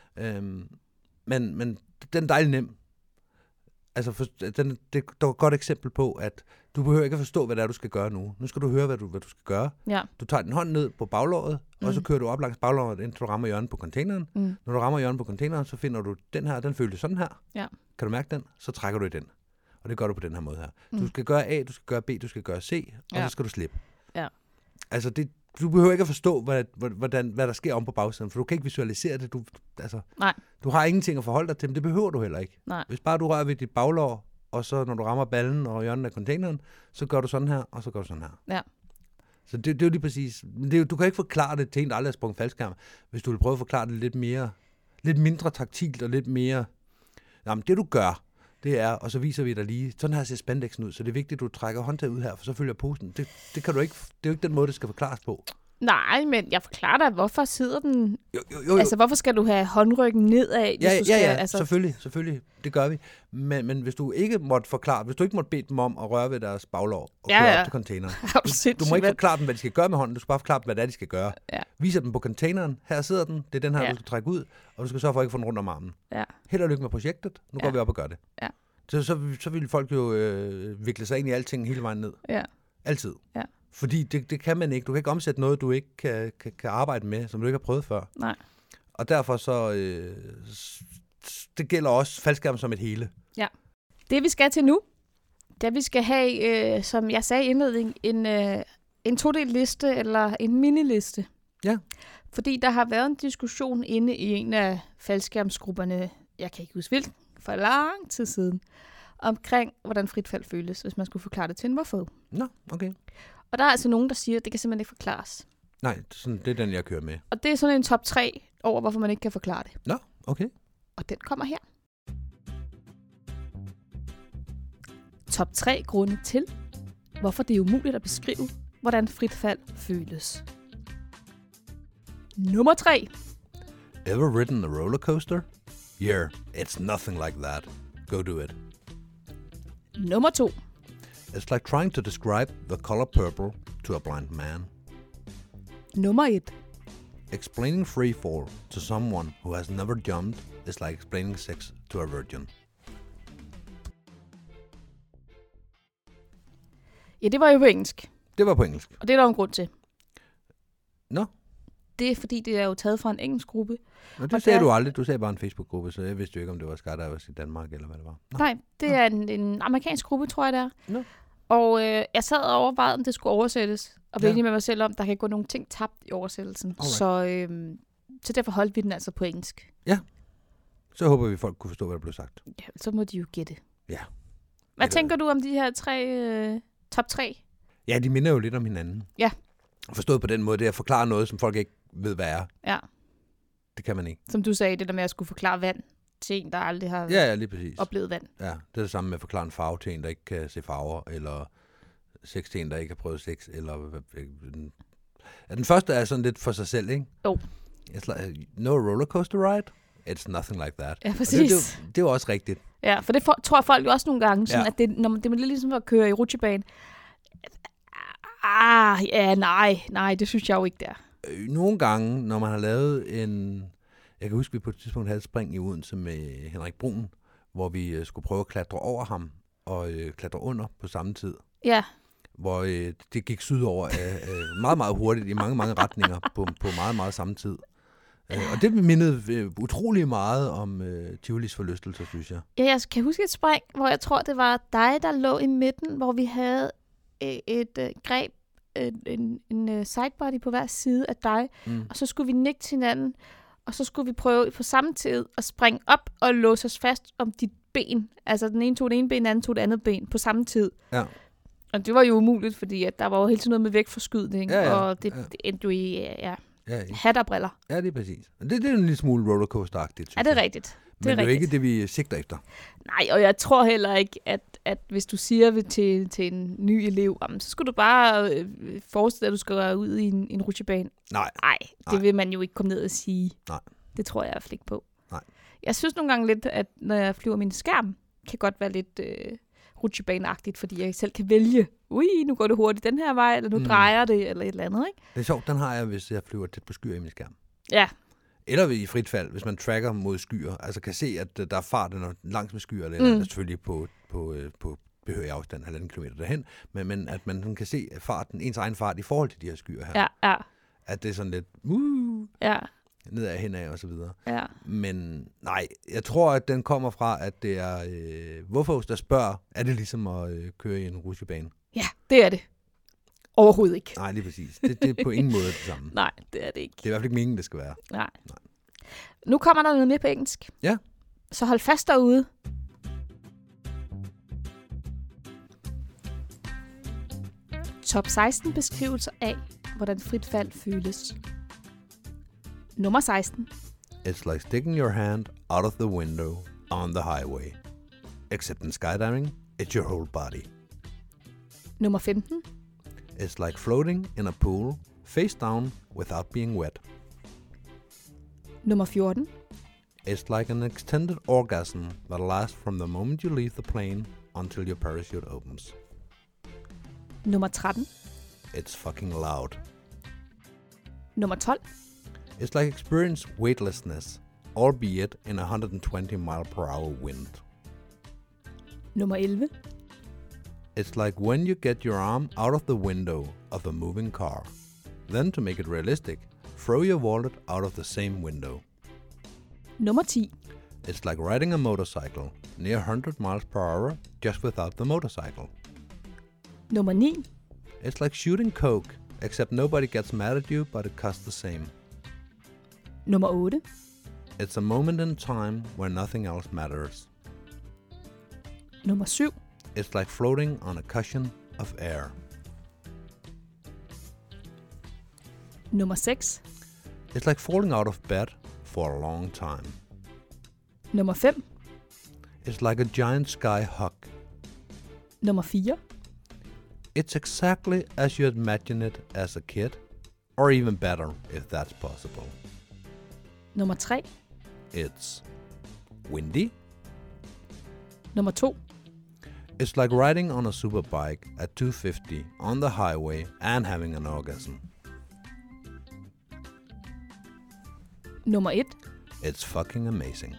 Men den er dejligt nem. Altså, det er et godt eksempel på, at du behøver ikke at forstå, hvad det er, du skal gøre nu. Nu skal du høre, hvad du skal gøre. Ja. Du tager din hånd ned på baglåret, og så kører du op langs baglåret, indtil du rammer hjørnet på containeren. Når du rammer hjørnet på containeren, så finder du den her, den føles sådan her. Ja. Kan du mærke den? Så trækker du i den. Og det gør du på den her måde her. Du skal gøre A, du skal gøre B, du skal gøre C, og så skal du slippe. Ja. Altså, du behøver ikke at forstå, hvad der sker om på bagsiden, for du kan ikke visualisere det. Du har ingenting at forholde dig til, men det behøver du heller ikke. Nej. Hvis bare du rører ved dit baglår, og så når du rammer ballen og hjørnet af containeren, så gør du sådan her, og så gør du sådan her. Ja. Så det er jo lige præcis. Du kan ikke forklare det til en, der aldrig har sprunget faldskærm, hvis du vil prøve at forklare det lidt mindre taktilt og lidt mere... Jamen, det du gør, det er, og så viser vi dig lige, sådan her ser spandexen ud, så det er vigtigt, at du trækker håndtaget ud her, for så følger posen. Det kan du ikke, det er jo ikke den måde, det skal forklares på. Nej, men jeg forklarer dig, hvorfor sidder den... Jo. Altså, hvorfor skal du have håndryggen nedad? Selvfølgelig. Det gør vi. Men hvis du ikke måtte forklare, hvis du ikke måtte bede dem om at røre ved deres baglår og køre op til containeren. Du må ikke forklare dem, hvad de skal gøre med hånden. Du skal bare forklare dem, hvad det er, de skal gøre. Ja. Viser dem på containeren. Her sidder den. Det er den her, du skal trække ud. Og du skal sørge for at ikke få den rundt om armen. Ja. Held og lykke med projektet. Nu går vi op og gør det. Ja. Så vil folk jo vikle sig ind i alting hele vejen ned. Ja. Altid. Ja. Fordi det kan man ikke. Du kan ikke omsætte noget, du ikke kan arbejde med, som du ikke har prøvet før. Nej. Og derfor så... det gælder også faldskærm som et hele. Ja. Det vi skal til nu, det vi skal have, som jeg sagde i indledning, en todelt liste eller en miniliste. Ja. Fordi der har været en diskussion inde i en af faldskærmsgrupperne, jeg kan ikke huske hvilken, for lang tid siden, omkring hvordan frit fald føles, hvis man skulle forklare det til en hvorfor. Nå, okay. Og der er altså nogen, der siger, at det kan simpelthen ikke forklares. Nej, det er den, jeg kører med. Og det er sådan en top 3 over, hvorfor man ikke kan forklare det. Nå, okay. Og den kommer her. Top 3 grunde til, hvorfor det er umuligt at beskrive, hvordan frit fald føles. Nummer 3. Ever ridden a roller coaster? Yeah, it's nothing like that. Go do it. Nummer 2. It's like trying to describe the color purple to a blind man. Nummer 1. Explaining free fall to someone who has never jumped is like explaining sex to a virgin. Ja, det var jo på engelsk. Det var på engelsk. Og det er der en grund til. Nå? Det er fordi, det er jo taget fra en engelsk gruppe. Nå, det sagde du aldrig. Du sagde bare en Facebook-gruppe, så jeg vidste jo ikke, om det var Skydivers i Danmark, eller hvad det var. Nå. Nej, det er en amerikansk gruppe, tror jeg, det er. Nå. Og jeg sad og overvejede, om det skulle oversættes. Og blev enig med mig selv om, der kan gå nogle ting tabt i oversættelsen. Så derfor holdt vi den altså på engelsk. Ja. Så håber vi, at folk kunne forstå, hvad der blev sagt. Ja, så må de jo gætte. Ja. Hvad tænker du om de her top 3? Ja, de minder jo lidt om hinanden. Ja. Forstået på den måde, det er at forklare noget, som folk ikke ved, hvad er. Ja. Det kan man ikke. Som du sagde, det der med at skulle forklare vand til en, der aldrig har lige præcis. oplevet vand. Ja, det er det samme med at forklare en farve til en, der ikke kan se farver, eller sex til en, der ikke har prøvet sex, eller... Den første er sådan lidt for sig selv, ikke? Jo. It's like, no roller coaster ride? it's nothing like that. Ja, præcis. Det er jo også rigtigt. Ja, for det tror folk jo også nogle gange, sådan at det er lidt ligesom at køre i rutsjebane. Nej, det synes jeg jo ikke, der. Nogle gange, når man har lavet en... Jeg kan huske, at vi på et tidspunkt havde et spring i Odense med Henrik Brun, hvor vi skulle prøve at klatre over ham og klatre under på samme tid. Ja. Hvor det gik sydover meget, meget hurtigt i mange, mange retninger på meget, meget samme tid. Og det mindede utrolig meget om Tivolis forlystelser, synes jeg. Ja, jeg kan huske et spring, hvor jeg tror, det var dig, der lå i midten, hvor vi havde et greb, en sidebody på hver side af dig, og så skulle vi nikke til hinanden, og så skulle vi prøve på samme tid at springe op og låse os fast om dit ben. Altså den ene tog det ene ben, den anden tog det andet ben på samme tid. Ja. Og det var jo umuligt, fordi at der var jo hele tiden noget med vægtforskydning, og det endte jo i hat og briller. Ja, det er præcis. Det er en lille smule rollercoaster-agtigt. Ja, det er rigtigt. Men det er jo ikke det, vi sigter efter. Nej, og jeg tror heller ikke, at hvis du siger til en ny elev, så skulle du bare forestille dig, at du skal ud i en rutsjebane. Nej, det vil man jo ikke komme ned og sige. Nej. Det tror jeg i hvert fald ikke på. Nej. Jeg synes nogle gange lidt, at når jeg flyver min skærm, kan godt være lidt rutsjebaneagtigt, fordi jeg selv kan vælge, nu går det hurtigt den her vej, eller nu drejer det, eller et eller andet, ikke? Det er sjovt, den har jeg, hvis jeg flyver tæt på skyer i min skærm. Ja. Eller i frit fald, hvis man tracker mod skyer, altså kan se, at der er fart langs med skyer, eller selvfølgelig på behørig afstand, 1,5 kilometer derhen, men at man kan se farten, ens egen fart i forhold til de her skyer her. Ja. At det er sådan lidt, nedad, henad og så videre. Ja. Men nej, jeg tror, at den kommer fra, at det er Hvorfor der spørger, er det ligesom at køre i en rutsjebane? Ja, det er det. Overhovedet ikke. Nej, lige præcis. Det er på ingen måde det samme. Nej, det er det ikke. Det er i hvert fald ikke meningen, det skal være. Nej. Nu kommer der noget mere på engelsk. Ja. Så hold fast derude. Top 16 beskrivelser af, hvordan frit fald føles. Nummer 16. It's like sticking your hand out of the window on the highway. Except in skydiving, it's your whole body. Nummer 15. It's like floating in a pool, face down, without being wet. Nummer 14. It's like an extended orgasm that lasts from the moment you leave the plane until your parachute opens. Nummer 13. It's fucking loud. Nummer 12. It's like experience weightlessness, albeit in 120 mile per hour wind. Nummer 11. It's like when you get your arm out of the window of a moving car. Then to make it realistic, throw your wallet out of the same window. Nummer 10. It's like riding a motorcycle near 100 miles per hour just without the motorcycle. Nummer 9. It's like shooting coke, except nobody gets mad at you, but it costs the same. Nummer 8. It's a moment in time where nothing else matters. Nummer 7. It's like floating on a cushion of air. Nummer 6. It's like falling out of bed for a long time. Nummer 5. It's like a giant sky hug. Nummer 4. It's exactly as you imagine it as a kid, or even better if that's possible. Nummer 3. It's windy. Nummer 2. It's like riding on a superbike at 250 on the highway and having an orgasm. Nummer 1. It's fucking amazing.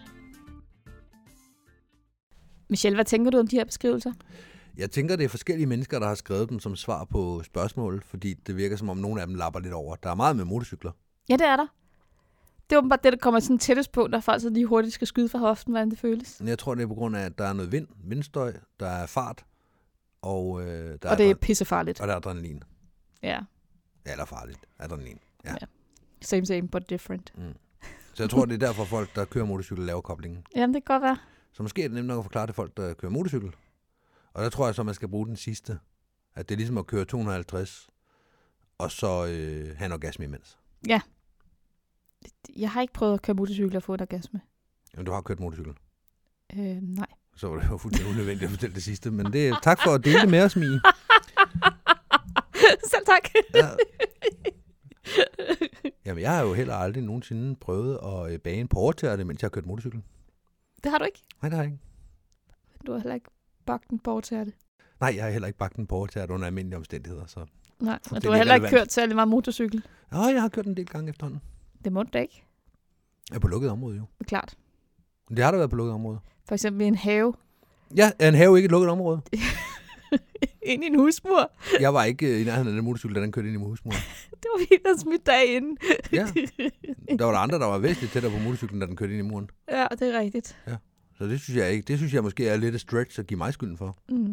Michelle, hvad tænker du om de her beskrivelser? Jeg tænker, det er forskellige mennesker, der har skrevet dem som svar på spørgsmål, fordi det virker som om nogle af dem lapper lidt over. Der er meget med motorcykler. Ja, det er der. Det er åbenbart det, der kommer sådan tættest på, når folk så lige hurtigt skal skyde fra hoften, hvordan det føles. Jeg tror, det er på grund af, at der er noget vindstøj, der er fart, og der og det er pissefarligt. Og der er adrenalin. Ja. Ja, eller farligt. Adrenalin. Ja. Same, but different. Så jeg tror, det er derfor folk, der kører motorcykel, laver koblingen. Jamen, det kan godt være. Så måske er det nemt nok at forklare til folk, der kører motorcykel. Og der tror jeg så, man skal bruge den sidste. At det er ligesom at køre 250, og så have en orgasme imens. Ja. Jeg har ikke prøvet at køre motorcykel og få en orgasme. Jamen, du har kørt motorcykel? Nej. Så var det jo fuldstændig unødvendigt at fortælle det sidste. Men det tak for at dele det med os, Mie. Selv tak. Ja. Jamen, Jamen, jeg har jo heller aldrig nogensinde prøvet at bage en portertærte, mens jeg har kørt motorcykel. Det har du ikke? Nej, det har jeg ikke. Du har heller ikke bagt en portertærte? Nej, jeg har heller ikke bagt en portertærte under almindelige omstændigheder. Så. Nej, og du har heller ikke kørt særlig meget motorcykel? Nej, jeg har kørt en del gange efterhånden. Det må du da ikke. Jeg er på lukket område, jo. Det er klart. Det har da været på lukket område. For eksempel i en have. Ja, er en have ikke et lukket område? Ind i en husmur. Jeg var ikke i nærheden af den motorcykel, da den kørte ind i husmuren. Det var vildt at smidt derinde. Ja, der var der andre, der var væsentligt tættere på motorcyklen, da den kørte ind i muren. Ja, det er rigtigt. Ja, så det synes jeg ikke. Det synes jeg måske er lidt et stretch at give mig skylden for. Mm.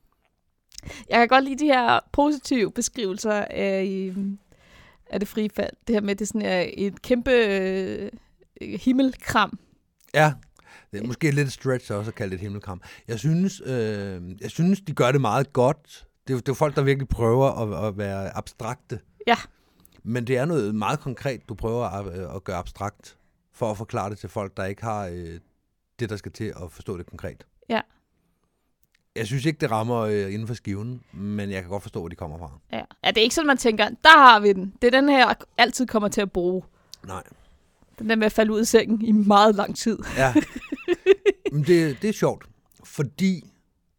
Jeg kan godt lide de her positive beskrivelser af det frie fald. Det her med, det er sådan et kæmpe himmelkram. Ja, det er måske lidt et stretch også at kalde det et himmelkram. Jeg synes, de gør det meget godt. Det er jo folk, der virkelig prøver at være abstrakte. Ja. Men det er noget meget konkret, du prøver at gøre abstrakt, for at forklare det til folk, der ikke har det, der skal til at forstå det konkret. Ja. Jeg synes ikke, det rammer inden for skiven, men jeg kan godt forstå, hvor de kommer fra. Ja. Det er ikke sådan, man tænker, der har vi den. Det er den her, jeg altid kommer til at bruge. Nej. Den der med at falde ud af sengen i meget lang tid. Ja. Men det er sjovt, fordi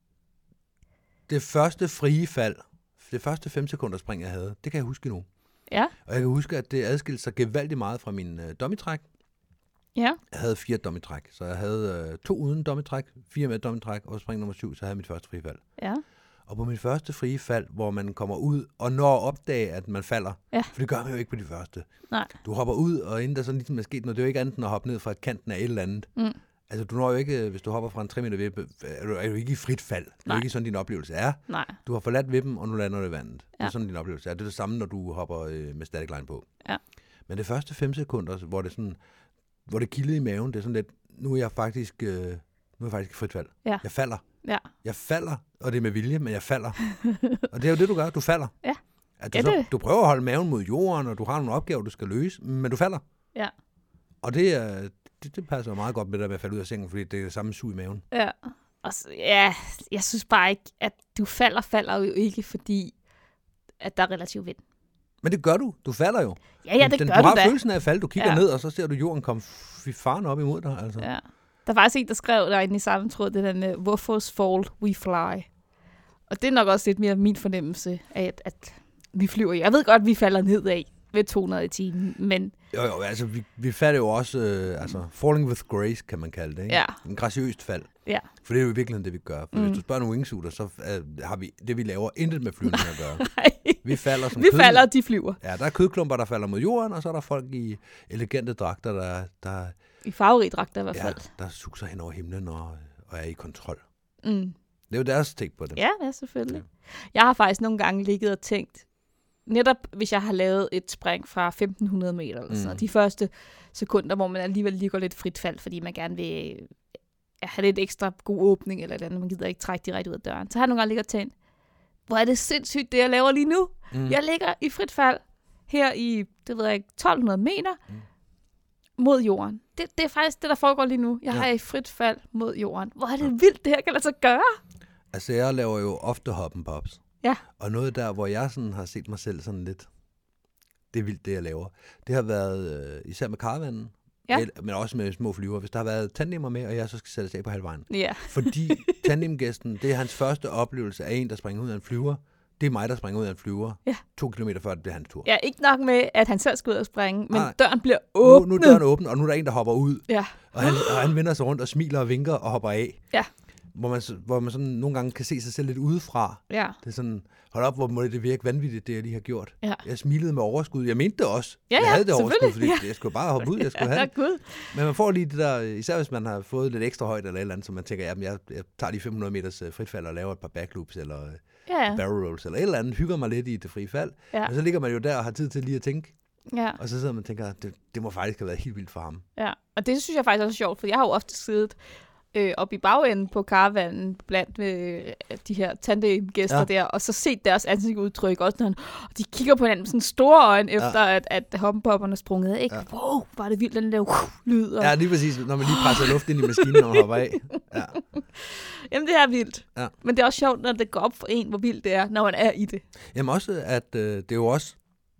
det første frie fald, det første 5 sekunder spring, jeg havde, det kan jeg huske nu. Ja. Og jeg kan huske, at det adskilte sig gevaldigt meget fra min dummy-træk. Ja. Jeg havde 4 dummy-træk, så jeg havde 2 uden dummy-træk, 4 med dummy-træk, og spring nummer 7, så havde jeg mit første frie fald. Ja. Og på mit første frie fald, hvor man kommer ud og når at opdage, at man falder, ja. For det gør man jo ikke på de første. Nej. Du hopper ud, og inden der sådan ligesom er sket noget, det er jo ikke andet end at hoppe ned fra kanten af et eller andet. Mm. Altså, du når jo ikke, hvis du hopper fra en 3 meter vippe, er du ikke i frit fald. Det er jo ikke sådan, din oplevelse er. Nej. Du har forladt vippen, og nu lander du i vandet. Ja. Det er sådan, din oplevelse er. Det er det samme, når du hopper med static line på. Ja. Men det første 5 sekunder, hvor det kildede i maven, det er sådan lidt, nu er jeg faktisk i frit fald. Ja. Jeg falder. Ja. Jeg falder, og det er med vilje, men jeg falder. Og det er jo det, du gør. Du falder. Ja. At du prøver at holde maven mod jorden, og du har nogle opgaver, du skal løse, men du falder. Ja. Og det passer meget godt med det med at falde ud af sengen, fordi det er det samme sug i maven. Ja. Og så, ja, jeg synes bare ikke, at du falder jo ikke, fordi at der er relativ vind. Men det gør du. Du falder jo. Ja, det gør du da. Du har følelsen af at falde. Du kigger ned, og så ser du jorden komme faren op imod dig. Altså. Ja. Der er faktisk en, der skrev derinde i samme tråd, det der Woofers fall, we fly. Og det er nok også lidt mere min fornemmelse af, at vi flyver. Jeg ved godt, at vi falder nedad ved 200 i timen, men... Jo, altså vi falder jo også, falling with grace, kan man kalde det, ikke? Ja. En graciøst fald. Ja. For det er jo i virkeligheden det, vi gør. For hvis du spørger nogle wingsuiter, så har vi det, vi laver, intet med flyvning at gøre. Vi falder som falder, og de flyver. Ja, der er kødklumper, der falder mod jorden, og så er der folk i elegante dragter, der i farverige dragter i hvert fald. Ja, der suser hen over himlen og er i kontrol. Mm. Det er jo deres take på det. Ja, selvfølgelig. Ja. Jeg har faktisk nogle gange ligget og tænkt, netop hvis jeg har lavet et spring fra 1500 meter, eller sådan, de første sekunder, hvor man alligevel lige går lidt frit fald, fordi man gerne vil have lidt ekstra god åbning, eller andet, man gider ikke trække direkte ud af døren. Så har jeg nogle gange ligget og tænkt, hvor er det sindssygt, det jeg laver lige nu. Jeg ligger i frit fald her i, det ved jeg ikke, 1200 meter mod jorden. Det er faktisk det, der foregår lige nu. Jeg har i frit fald mod jorden. Hvor er det vildt, det her kan lade sig gøre. Altså, jeg laver jo ofte hop and pops. Ja. Og noget der, hvor jeg sådan har set mig selv sådan lidt, det er vildt, det jeg laver. Det har været, især med karavanen, men også med små flyver. Hvis der har været tandemmer med, og jeg så skal sættes af på halvvejen. Ja. Fordi tandemgæsten, det er hans første oplevelse af en, der springer ud af en flyver. Det er mig, der springer ud af en flyver. 2 kilometer før det bliver hans tur. Ja, ikke nok med, at han selv skal ud og springe, men døren bliver åbnet. Nu er døren åben, og nu er der en, der hopper ud. Ja. Og han vender sig rundt og smiler og vinker og hopper af. Ja. Hvor man sådan nogle gange kan se sig selv lidt udefra. Ja. Det er sådan, hold op, hvor må det virke vanvittigt, det jeg lige har gjort. Ja. Jeg smilede med overskud. Jeg mente det også. Ja, jeg havde det overskud, fordi ja. jeg skulle bare hoppe ud. Jeg skulle have det. Men man får lige det der, især hvis man har fået lidt ekstra højt eller et eller andet, så man tænker, jamen, jeg tager lige 500 meters fritfald og laver et par backloops eller barrel rolls eller et eller andet. Hygger mig lidt i det frie fald. Ja. Men så ligger man jo der og har tid til lige at tænke. Ja. Og så sidder man og tænker, det må faktisk have været helt vildt for ham. Ja, og det synes jeg faktisk også er sjovt, for jeg har jo ofte siddet op i bagenden på karavanen blandt de her tandemgæster der, og så set deres ansigtsudtryk også, når de kigger på hinanden med sådan store øjne, efter at hoppepopperne er sprunget af. Ikke? Ja. Wow, var det vildt, den der lyd. Ja, lige præcis, når man lige presser luft ind i maskinen, når man hopper af. Ja. Jamen, det er vildt. Ja. Men det er også sjovt, når det går op for en, hvor vildt det er, når man er i det. Jamen også, at det er jo også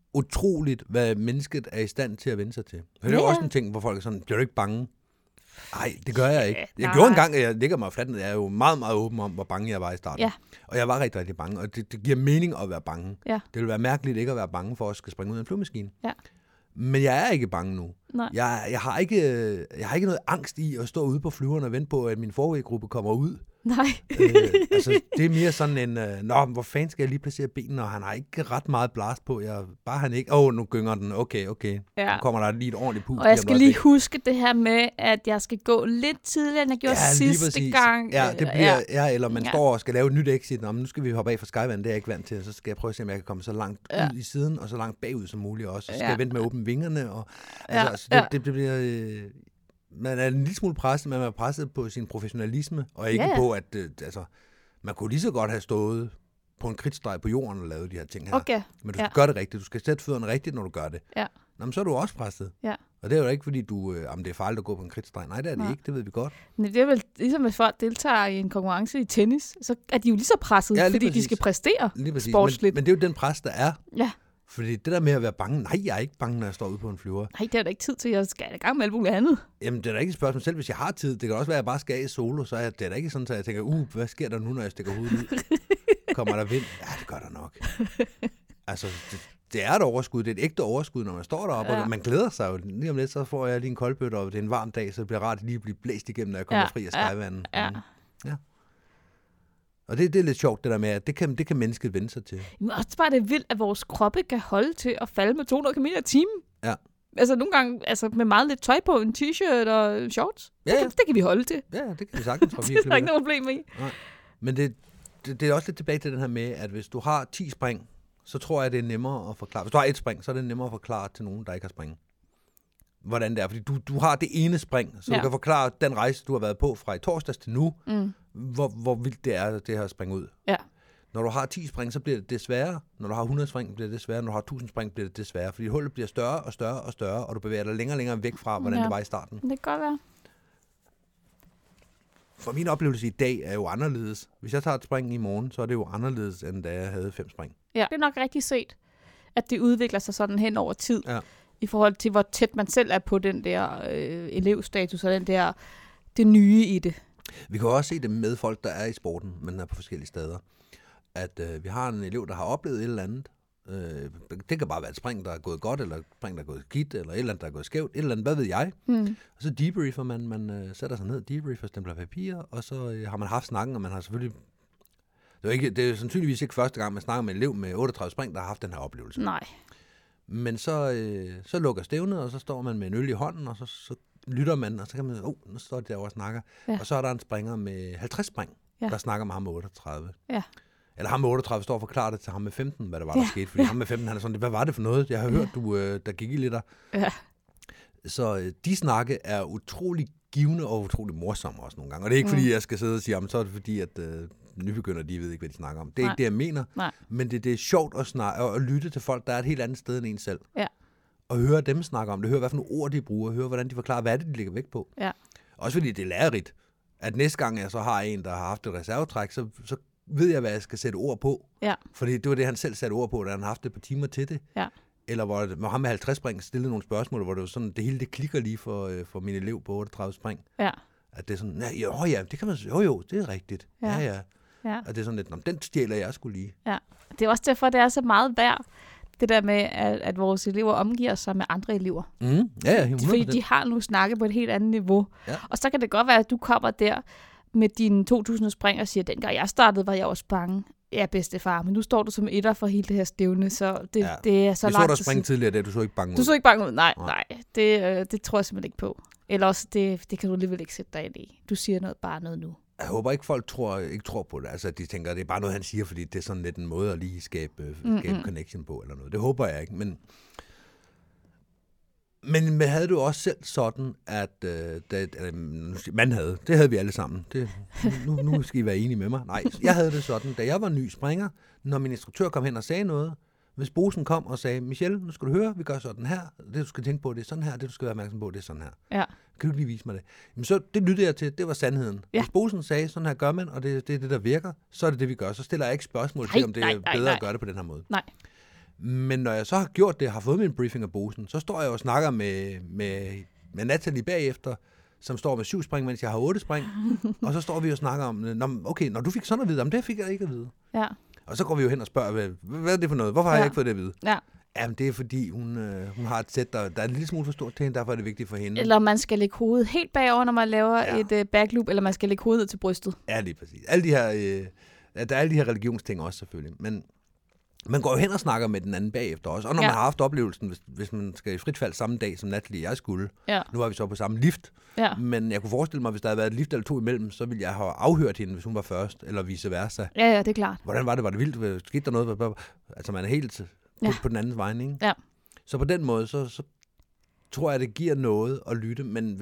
utroligt, hvad mennesket er i stand til at vende sig til. For det er jo også en ting, hvor folk er sådan, bliver du ikke bange? Nej, det gør jeg ikke. Jeg gjorde engang, at jeg ligger mig fladt ned. Jeg er jo meget, meget åben om, hvor bange jeg var i starten. Ja. Og jeg var rigtig, rigtig bange. Og det giver mening at være bange. Ja. Det vil være mærkeligt ikke at være bange for at skal springe ud af en flyvemaskine. Ja. Men jeg er ikke bange nu. Nej. Jeg har ikke noget angst i at stå ude på flyverne og vente på, at min forvæggruppe kommer ud. Nej. Altså, det er mere sådan en, hvor fanden skal jeg lige placere benene, og han har ikke ret meget blast på. Bare han ikke, nu gynger den, okay. Ja. Nu kommer der lige et ordentligt pus. Og jeg skal lige huske det her med, at jeg skal gå lidt tidligere, end jeg gjorde sidste gang. Ja, det bliver, eller man står og skal lave et nyt exit. Nu skal vi hoppe af fra Skyvand, det er jeg ikke vant til. Så skal jeg prøve at se, om jeg kan komme så langt ud i siden, og så langt bagud som muligt også. Så skal jeg vente med at åbne vingerne. Og, det bliver... Man er en lille smule presset, man er presset på sin professionalisme, og ikke på, at man kunne lige så godt have stået på en kridtstreg på jorden og lavet de her ting her. Okay. Men du skal gøre det rigtigt. Du skal sætte fødderne rigtigt, når du gør det. Ja. Nå, men så er du også presset. Ja. Og det er jo ikke, fordi det er farligt at gå på en kridtstreg. Nej, det er det ikke. Det ved vi godt. Men det er vel ligesom, hvis folk deltager i en konkurrence i tennis, så er de jo lige så presset, fordi præcis. De skal præstere sportsligt. Men det er jo den pres, der er. Ja. Fordi det der med at være bange, nej, jeg er ikke bange, når jeg står ude på en flyver. Nej, det er der ikke tid til. Jeg skal i gang med alt muligt andet. Jamen, det er da ikke et spørgsmål. Selv hvis jeg har tid, det kan også være, at jeg bare skal i solo, så er det da ikke sådan, at jeg tænker, hvad sker der nu, når jeg stikker hovedet ud? Kommer der vind? Ja, det gør der nok. Altså, det er et overskud. Det er et ægte overskud, når man står deroppe, og man glæder sig jo. Lige om lidt, så får jeg lige en koldbøtte, og det er en varm dag, så det bliver rart lige at blive blæst igennem, når jeg kommer fri af Skyvandet. Ja. Og det er lidt sjovt, det der med, at det kan mennesket vende sig til. Men også bare det er vildt, at vores kroppe kan holde til at falde med 200 km i timen. Ja. Altså nogle gange med meget lidt tøj på, en t-shirt og shorts. Det kan vi holde til. Ja, det kan vi sagtens fra 4 Det er der ikke noget problem i. Nej. Men det er også lidt tilbage til den her med, at hvis du har 10 spring, så tror jeg, det er nemmere at forklare. Hvis du har 1 spring, så er det nemmere at forklare til nogen, der ikke har springet. Hvordan det er. Fordi du har det ene spring, så du kan forklare den rejse, du har været på fra i torsdags til nu, hvor vildt det er, det her at springe ud. Ja. Når du har 10 spring, så bliver det sværere. Når du har 100 spring, bliver det sværere. Når du har 1000 spring, bliver det sværere. Fordi hullet bliver større og større og større, og du bevæger dig længere og længere væk fra, hvordan det var i starten. Det kan godt være. For min oplevelse i dag er jo anderledes. Hvis jeg tager et spring i morgen, så er det jo anderledes, end da jeg havde 5 spring. Ja, det er nok rigtig set, at det udvikler sig sådan hen over tid. Ja. I forhold til, hvor tæt man selv er på den der elevstatus, og den der, det nye i det. Vi kan også se det med folk, der er i sporten, men er på forskellige steder. At vi har en elev, der har oplevet et eller andet. Det kan bare være et spring, der er gået godt, eller et spring, der er gået skidt, eller et eller andet, der er gået skævt. Et eller andet, hvad ved jeg. Og så debriefer man sætter sig ned, debriefer, stempler papir, og så har man haft snakken, og man har selvfølgelig... Det er jo sandsynligvis ikke første gang, man snakker med en elev med 38 spring, der har haft den her oplevelse. Nej. Men så lukker stævnet, og så står man med en øl i hånden, og så lytter man, og så kan man nu står det derovre og snakker. Ja. Og så er der en springer med 50 spring, der snakker med ham med 38. Ja. Eller ham med 38 står og forklarer det til ham med 15, hvad det var, der skete. Fordi ham med 15, han er sådan, hvad var det for noget? Jeg har hørt, der gik i lidt der. Ja. Så de snakke er utrolig givende og utrolig morsomme også nogle gange. Og det er ikke, fordi jeg skal sidde og sige, så er det fordi, at nybegynder, de ved ikke, hvad de snakker om. Det er ikke det, jeg mener. Nej. Men det er sjovt at lytte til folk, der er et helt andet sted end en selv. Ja. Og høre dem snakke om det. Høre, hvad for nogle ord de bruger. Høre, hvordan de forklarer, hvad det, de lægger vægt på. Ja. Også fordi det er lærerigt. At næste gang jeg så har en, der har haft et reservetræk, så ved jeg, hvad jeg skal sætte ord på. Ja. Fordi det var det, han selv satte ord på, da han haft et par timer til det. Ja. Eller hvor ham med 50 spring stillede nogle spørgsmål, hvor det var sådan, det hele det klikker lige for min elev på 38 spring. Ja. At det er sådan, ja, det kan man jo, det er rigtigt. Ja. Og det er sådan lidt, den stjæler jeg skulle lige. Ja. Det er også derfor, det er så meget værd, det der med, at vores elever omgiver sig med andre elever. Ja, 100%. Fordi de har nu snakket på et helt andet niveau. Ja. Og så kan det godt være, at du kommer der med dine 2000 spring og siger, dengang jeg startede, var jeg også bange. Ja, bedstefar, men nu står du som etter for hele det her stævne, så det er så langt. Vi så der springe tidligere, da du så ikke bange ud. Du så ikke bange ud? Nej. Det tror jeg simpelthen ikke på. Eller også, det kan du alligevel ikke sætte dig ind i. Du siger bare noget nu. Jeg håber ikke, folk ikke tror på det. Altså, de tænker, det er bare noget, han siger, fordi det er sådan lidt en måde at lige skabe connection på, eller noget. Det håber jeg ikke, men havde du også selv sådan, at det havde vi alle sammen. Nu skal I være enige med mig. Nej, jeg havde det sådan, da jeg var ny springer, når min instruktør kom hen og sagde noget, hvis Bosen kom og sagde, Michelle, nu skal du høre, vi gør sådan her, det du skal tænke på, det er sådan her, det du skal være opmærksom på, det er sådan her. Ja. Kan du lige vise mig det? Jamen, så det lyttede jeg til, det var sandheden. Ja. Hvis Bosen sagde, sådan her gør man, og det er det, der virker, så er det det, vi gør. Så stiller jeg ikke spørgsmål til, om det er bedre at gøre det på den her måde. Nej. Men når jeg så har gjort det, har fået min briefing af Bosen, så står jeg og snakker med Natalie bagefter, som står med 7 spring, mens jeg har 8 spring. Og så står vi og snakker om, okay, når du fik sådan at vide, det fik jeg ikke at vide. Ja. Og så går vi jo hen og spørger, hvad er det for noget? Hvorfor har jeg ikke fået det at vide? Ja. Jamen, det er fordi, hun har et sæt, der er en lille smule for stort til hende, derfor er det vigtigt for hende. Eller man skal lægge hovedet helt bagover, når man laver et backloop, eller man skal lægge hovedet til brystet. Ja, lige præcis. Alle de her, der er alle de her religionsting også selvfølgelig. Men man går jo hen og snakker med den anden bagefter også. Og når man har haft oplevelsen, hvis man skal i frit fald samme dag, som Natalie og jeg skulle. Ja. Nu var vi så på samme lift. Ja. Men jeg kunne forestille mig, hvis der havde været et lift eller 2 imellem, så ville jeg have afhørt hende, hvis hun var først, eller vice versa. Ja, det er klart. Hvordan var det? Var det vildt? Skete der noget? Altså, man er helt på den anden vej, ikke? Ja. Så på den måde, så tror jeg, det giver noget at lytte. Men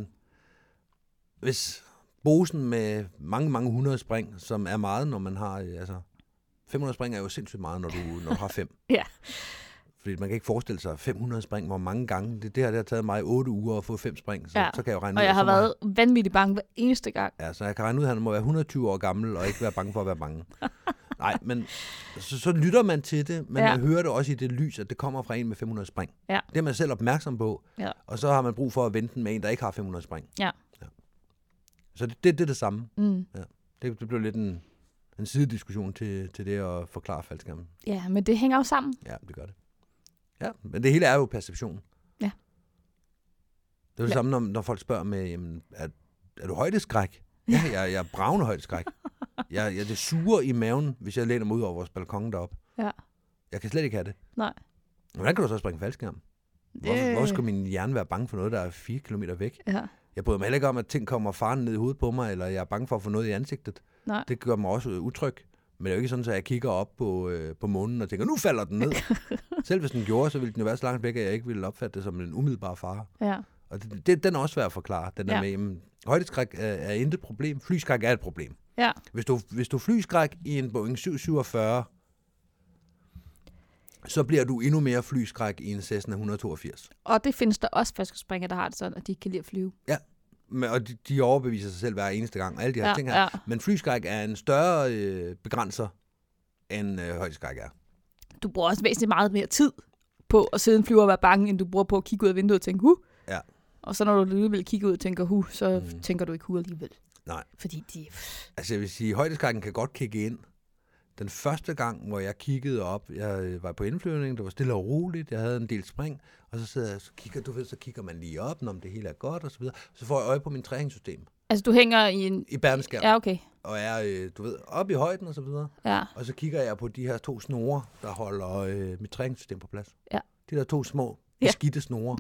hvis Bosen med mange 100 spring, som er meget, når man har, 500 spring er jo sindssygt meget, når du har 5. Ja. Fordi man kan ikke forestille sig 500 spring, hvor mange gange. Det har taget mig 8 uger at få 5 spring, så kan jeg jo regne ud. Og jeg har været vanvittigt bange hver eneste gang. Ja, så jeg kan regne ud, at han må være 120 år gammel, og ikke være bange for at være bange. Nej, men så lytter man til det, men man hører det også i det lys, at det kommer fra en med 500 spring. Ja. Det er man selv opmærksom på, og så har man brug for at vente med en, der ikke har 500 spring. Ja. Så det er det samme. Mm. Ja. Det blev lidt en sidediskussion til det at forklare faldskærmen. Ja, men det hænger jo sammen. Ja, det gør det. Ja, men det hele er jo perception. Ja. Det er det samme, når folk spørger med, jamen, er du højdeskræk? Ja, jeg er bravende højdeskræk. Det suger i maven, hvis jeg læner mig ud over vores balkon deroppe. Ja. Jeg kan slet ikke have det. Nej. Hvordan kan du så springe faldskærm? Hvorfor skal min hjerne være bange for noget, der er 4 kilometer væk? Ja. Jeg bryder mig heller ikke om, at ting kommer faren ned i hovedet på mig, eller jeg er bange for at få noget i ansigtet. Nej. Det gør mig også utryg. Men det er jo ikke sådan, at jeg kigger op på månen og tænker, nu falder den ned. Selv hvis den gjorde, så ville den jo være så langt væk, at jeg ikke ville opfatte det som en umiddelbar fare. Ja. Og den er også svær at forklare. Den der med, jamen, højdeskræk er intet problem. Flyskræk er et problem. Ja. Hvis du flyskræk i en Boeing 747, så bliver du endnu mere flyskræk i en Cessna 182. Og det findes der også faldskærmsspringere, der har det sådan, at de ikke kan lide at flyve. Ja, og de overbeviser sig selv hver eneste gang. Alle de her ting her. Ja. Men flyskræk er en større begrænser, end højdeskræk er. Du bruger også væsentligt meget mere tid på at sidde en flyver og være bange, end du bruger på at kigge ud af vinduet og tænke, Ja. Og så når du alligevel kigger ud og tænker, så tænker du ikke alligevel. Nej. Fordi de... Altså jeg vil sige, højdeskrækken kan godt kigge ind. Den første gang, hvor jeg kiggede op, jeg var på indflyvning, det var stille og roligt, jeg havde en del spring, og så sidder jeg, så kigger man lige op, når det hele er godt, og så videre. Så får jeg øje på min træningssystem. Altså du hænger i bærmeskærmen. Ja, okay. Og er, oppe i højden og så videre. Ja. Og så kigger jeg på de her 2 snore, der holder mit træningssystem på plads. Ja. De der 2 små, beskidte snore.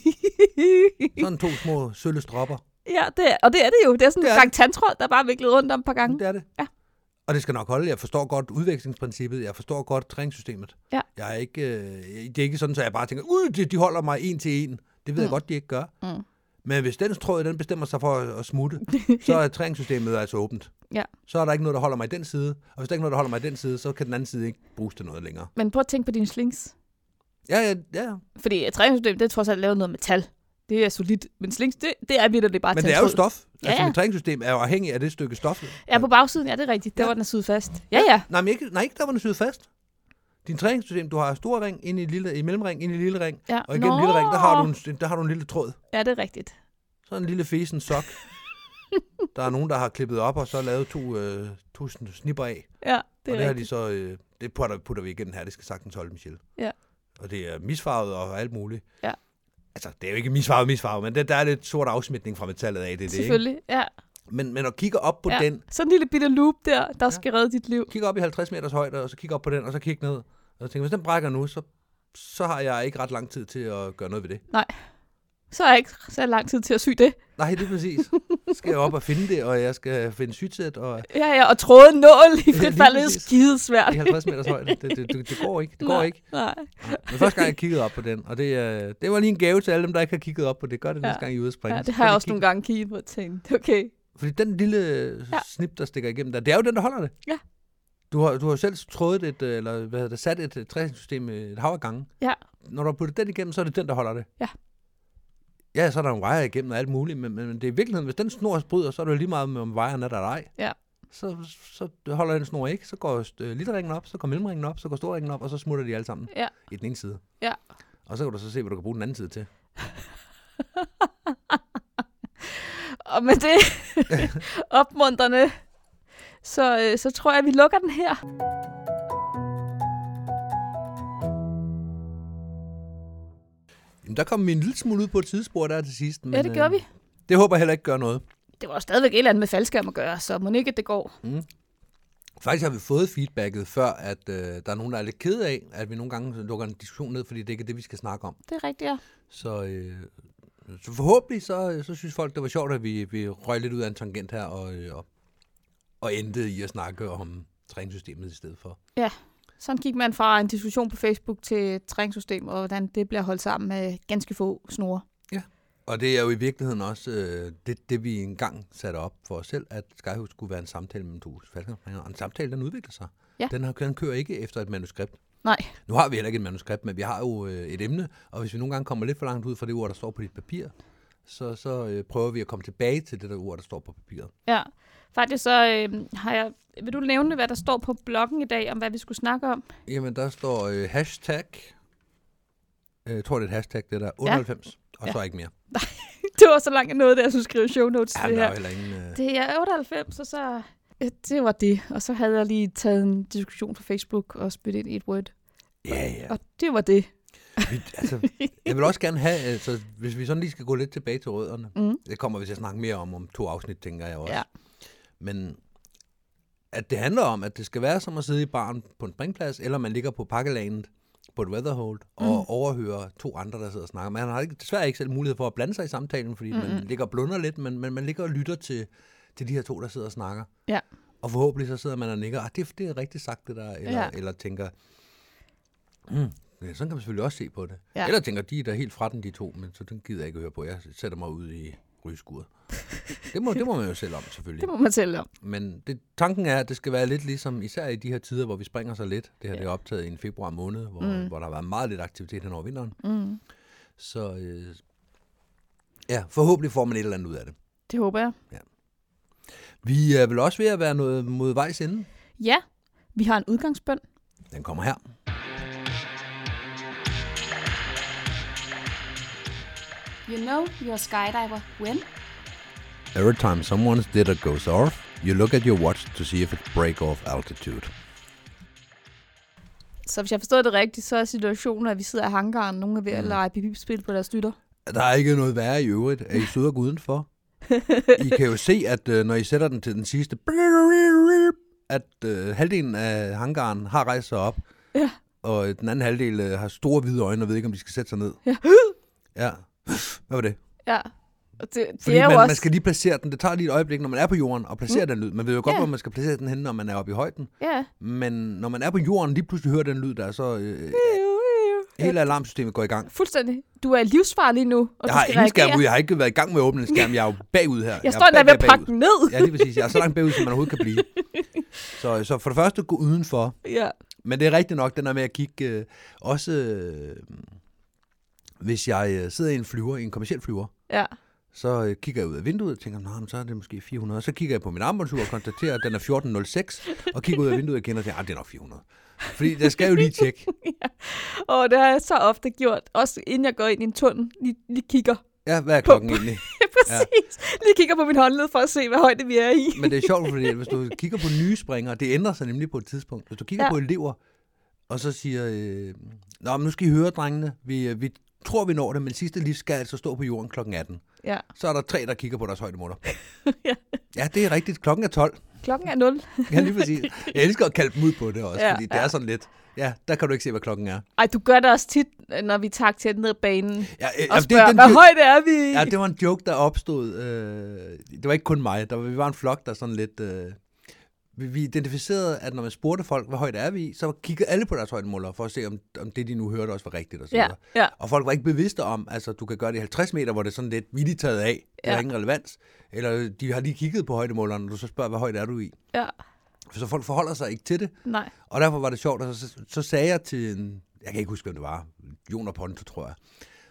Sådan 2 små sølle stropper. Ja, og det er det jo. Det er sådan en gang tandtråd, der bare viklet rundt om et par gange. Det er det. Ja. Og det skal nok holde. Jeg forstår godt udvekslingsprincippet. Jeg forstår godt træningssystemet. Ja. Jeg er ikke, det er ikke sådan, at jeg bare tænker, de holder mig 1 til 1. Det ved jeg godt, de ikke gør. Mm. Men hvis den tråd, den bestemmer sig for at smutte, så er træningssystemet altså åbent. Ja. Så er der ikke noget, der holder mig i den side. Og hvis der ikke er noget, der holder mig i den side, så kan den anden side ikke bruges til noget længere. Men prøv at tænke på dine slings. Ja. Fordi træningssystemet, det er trods alt lavet noget metal. Det er solidt, men slings, det er virkelig bare. Men det er jo stof. Ja, altså mit træningssystem er jo afhængig af det stykke stof. Ja, på bagsiden, ja, det er rigtigt. Der var den syet fast. Ja. Nej, ikke der var den syet fast. Din træningssystem, du har stor ring ind i mellemring, ind i lille ring, og igennem lille ring, der har du en lille tråd. Ja, det er rigtigt. Så en lille fesen sok. Der er nogen, der har klippet op og så lavet to snipper af. Ja, det er og det har de så, det putter vi igen her, det skal sagtens holde, Michelle. Ja. Og det er misfarvet og alt muligt. Ja. Altså, det er jo ikke misfarvet, men der er lidt sort afsmitning fra metallet af det. Selvfølgelig, ikke? Ja. Men at kigge op på den... Sådan en lille bitte loop der skal redde dit liv. Kigge op i 50 meters højde, og så kigge op på den, og så kigge ned. Og så tænker, hvis den brækker nu, så har jeg ikke ret lang tid til at gøre noget ved det. Nej. Så har jeg ikke så lang tid til at sy det. Nej, det er præcis. Så skal jeg op og finde det, og jeg skal finde sytsæt. Og... Ja, og tråde nål i frit fald er skidesvært. I 50 meters højde. Det går ikke. Det går ikke. Nej. Men første gang jeg kiggede op på den, og det var lige en gave til alle dem, der ikke har kigget op på det. Gør det næste gang, I er ude at springe. Ja, det har jeg også nogle gange kigget på og tænkt. Okay. Fordi den lille snip, der stikker igennem der, det er jo den, der holder det. Ja. Du har selv sat et træningssystem et hav af gange. Ja. Når du har puttet den igennem, så er det den, der holder det. Ja. Ja, så er der en wire igennem og alt muligt, men det er i virkeligheden, hvis den snor bryder, så er det jo lige meget med, om wiren er der eller ej. Ja. så holder den snor ikke, så går lille-ringen op, så går mellemringen op, så går storringen op, og så smutter de alle sammen i den ene side. Ja. Og så kan du så se, hvad du kan bruge den anden side til. Og med det opmuntrende, så tror jeg, at vi lukker den her. Jamen, der kom vi en lille smule ud på et tidsspor der til sidst. Men, Ja, det gør vi. Det håber jeg heller ikke gør noget. Det var jo stadigvæk et eller andet med faldskærm at gøre, så må ikke, at det går. Faktisk har vi fået feedbacket før, at der er nogen, der er lidt kede af, at vi nogle gange lukker en diskussion ned, fordi det ikke er det, vi skal snakke om. Det er rigtigt, ja. Så forhåbentlig så synes folk, det var sjovt, at vi røg lidt ud af en tangent her, og endte i at snakke om træningssystemet i stedet for. Ja, sådan gik man fra en diskussion på Facebook til træningssystem, og hvordan det bliver holdt sammen med ganske få snore. Ja, og det er jo i virkeligheden også det vi engang satte op for os selv, at Skyhook skulle være en samtale mellem to faldskærmsspringere, og en samtale, den udvikler sig. Ja. Den kører ikke efter et manuskript. Nej. Nu har vi heller ikke et manuskript, men vi har jo et emne, og hvis vi nogle gange kommer lidt for langt ud fra det ord, der står på dit papir, så prøver vi at komme tilbage til det der ord, der står på papiret. Ja, faktisk så har jeg... Vil du nævne, hvad der står på bloggen i dag, om hvad vi skulle snakke om? Jamen, der står hashtag, jeg tror det er et hashtag, det der, 98, og så ikke mere. Nej, det var så langt noget, der jeg skulle skrive show notes til det her. Heller ingen, Det er 98, og så... Det var det, og så havde jeg lige taget en diskussion på Facebook og spyttet ind i et Word. Ja. Og det var det. Jeg vil også gerne have, altså, hvis vi sådan lige skal gå lidt tilbage til rødderne, det kommer vi til at snakke mere om 2 afsnit, tænker jeg også. Ja. Men at det handler om, at det skal være som at sidde i baren på en springplads, eller man ligger på pakkelanet på et weatherhold og overhører 2 andre, der sidder og snakker. Man har desværre ikke selv mulighed for at blande sig i samtalen, fordi man ligger og blunder lidt, men man ligger og lytter til de her 2, der sidder og snakker. Ja. Og forhåbentlig så sidder man og nikker, det er rigtig sagt det der, eller tænker, sådan kan man selvfølgelig også se på det. Ja. Eller tænker, de er da helt fra den, de 2, men så den gider jeg ikke at høre på. Jeg sætter mig ud i rygeskuret. Det må man jo selv om, selvfølgelig. Det må man selv om. Men tanken er, at det skal være lidt ligesom, især i de her tider, hvor vi springer så lidt. Det her det er optaget i en februar måned, hvor der har været meget lidt aktivitet hen over vinteren. Så forhåbentlig får man et eller andet ud af det. Det håber jeg. Ja. Vi er vel også ved at være noget mod vejs ende. Ja, vi har en udgangsbøn. Den kommer her. You know you're a skydiver when? Every time someone's ditter goes off, you look at your watch to see if it break off altitude. Så hvis jeg forstår det rigtigt, så er situationen, at vi sidder i hangaren, nogen er ved at lege pipip-spil på deres dytter. Der er ikke noget værre i øvrigt. Er I søde og udenfor? I kan jo se, at når I sætter den til den sidste, at halvdelen af hangaren har rejst sig op, og den anden halvdel har store hvide øjne og ved ikke, om de skal sætte sig ned. Ja. Hvad var det? Ja. Fordi det er man skal lige placere den. Det tager lige et øjeblik, når man er på jorden, og placere den lyd. Man ved jo godt, hvor man skal placere den henne, når man er oppe i højden. Ja. Men når man er på jorden, lige pludselig hører den lyd, der så hele alarmsystemet går i gang. Fuldstændig. Du er livsfarlig nu, og Jeg du har skal ingen skærm reagere. ud. Jeg har ikke været i gang med at åbne en skærm. Jeg er jo bagud her. Jeg står der ved at pakke den ned. Ja, lige præcis. Jeg er så langt bagud, som man overhovedet kan blive. Så for det første, gå udenfor. Ja. Men det er rigtigt nok, den der med at kigge også... hvis jeg sidder i en flyver, i en kommerciel flyver, så kigger jeg ud af vinduet og tænker, men så er det måske 400. Så kigger jeg på min armbåndsur og konstaterer, at den er 1406, og kigger ud af vinduet og kender til, det er nok 400. Fordi jeg skal jo lige tjekke. Og det har jeg så ofte gjort, også inden jeg går ind i en tunnel, lige kigger. Ja, hvad er klokken egentlig? Præcis. Lige kigger på min håndled for at se, hvad højde vi er i. Men det er sjovt, fordi hvis du kigger på nye springere, det ændrer sig nemlig på et tidspunkt. Hvis du kigger på elever, og så siger, men nu skal I høre, drengene, vi tror, vi når det, men sidste liv skal altså stå på jorden klokken 18. Ja. Så er der 3, der kigger på deres højdemåler. Ja, det er rigtigt. Klokken er 12. Klokken er 0. Ja, lige præcis. Jeg elsker at kalde dem ud på det også, fordi det er sådan lidt, der kan du ikke se, hvad klokken er. Ej, du gør det også tit, når vi tager til ned ad banen, og spørger, hvad højde er vi i? Ja, det var en joke, der opstod. Det var ikke kun mig. Vi var en flok, der sådan lidt... Vi identificerede, at når man spurgte folk, hvad højde er vi i, så kiggede alle på deres højdemåler for at se, om det, de nu hørte, også var rigtigt. Og, så videre. Og folk var ikke bevidste om, altså du kan gøre det i 50 meter, hvor det er sådan lidt vildt taget af. Det har ingen relevans. Eller de har lige kigget på højdemåleren, og du så spørger, hvad højde er du i? Ja. Så folk forholder sig ikke til det. Nej. Og derfor var det sjovt, og så sagde jeg til en, jeg kan ikke huske, hvem det var, Jon og Ponto, tror jeg,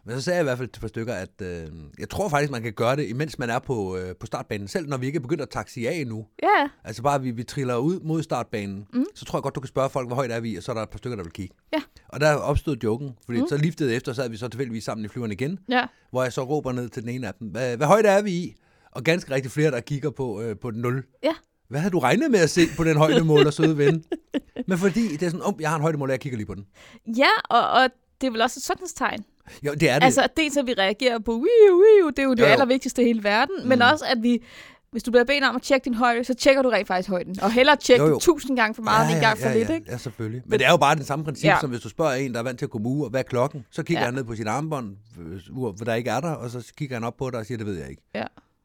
Men så sagde jeg i hvert fald til et par stykker, at jeg tror faktisk, man kan gøre det, imens man er på startbanen. Selv når vi ikke er begyndt at taxi af endnu. Ja. Altså bare, vi triller ud mod startbanen. Så tror jeg godt, du kan spørge folk, hvor højt er vi, og så er der et par stykker, der vil kigge. Ja. Og der opstod joken, fordi så liftede efter, så havde vi så tilfældigvis sammen i flyveren igen. Ja. Hvor jeg så råber ned til den ene af dem. Hvad højt er vi i? Og ganske rigtig flere, der kigger på den 0. Ja. Hvad havde du regnet med at se på den højdemåler, søde ven? Men fordi det er sådan, jeg har en højdemåler, jeg kigger lige på den. Ja, og det er vel også et sundheddstegn. Jo, det er det. Altså, dels at vi reagerer på, det er jo det allervigtigste i hele verden, men også at vi, hvis du bliver bedt om at tjekke din højde, så tjekker du rent faktisk højden. Og hellere tjekke det 1000 gange for meget, end en gang for lidt, ikke? Ja, selvfølgelig. Men det er jo bare det samme princip, som hvis du spørger en, der er vant til at gå mur, hvad er klokken? Så kigger han ned på sit armbånd, hvor der ikke er der, og så kigger han op på dig og siger, det ved jeg ikke. Ja.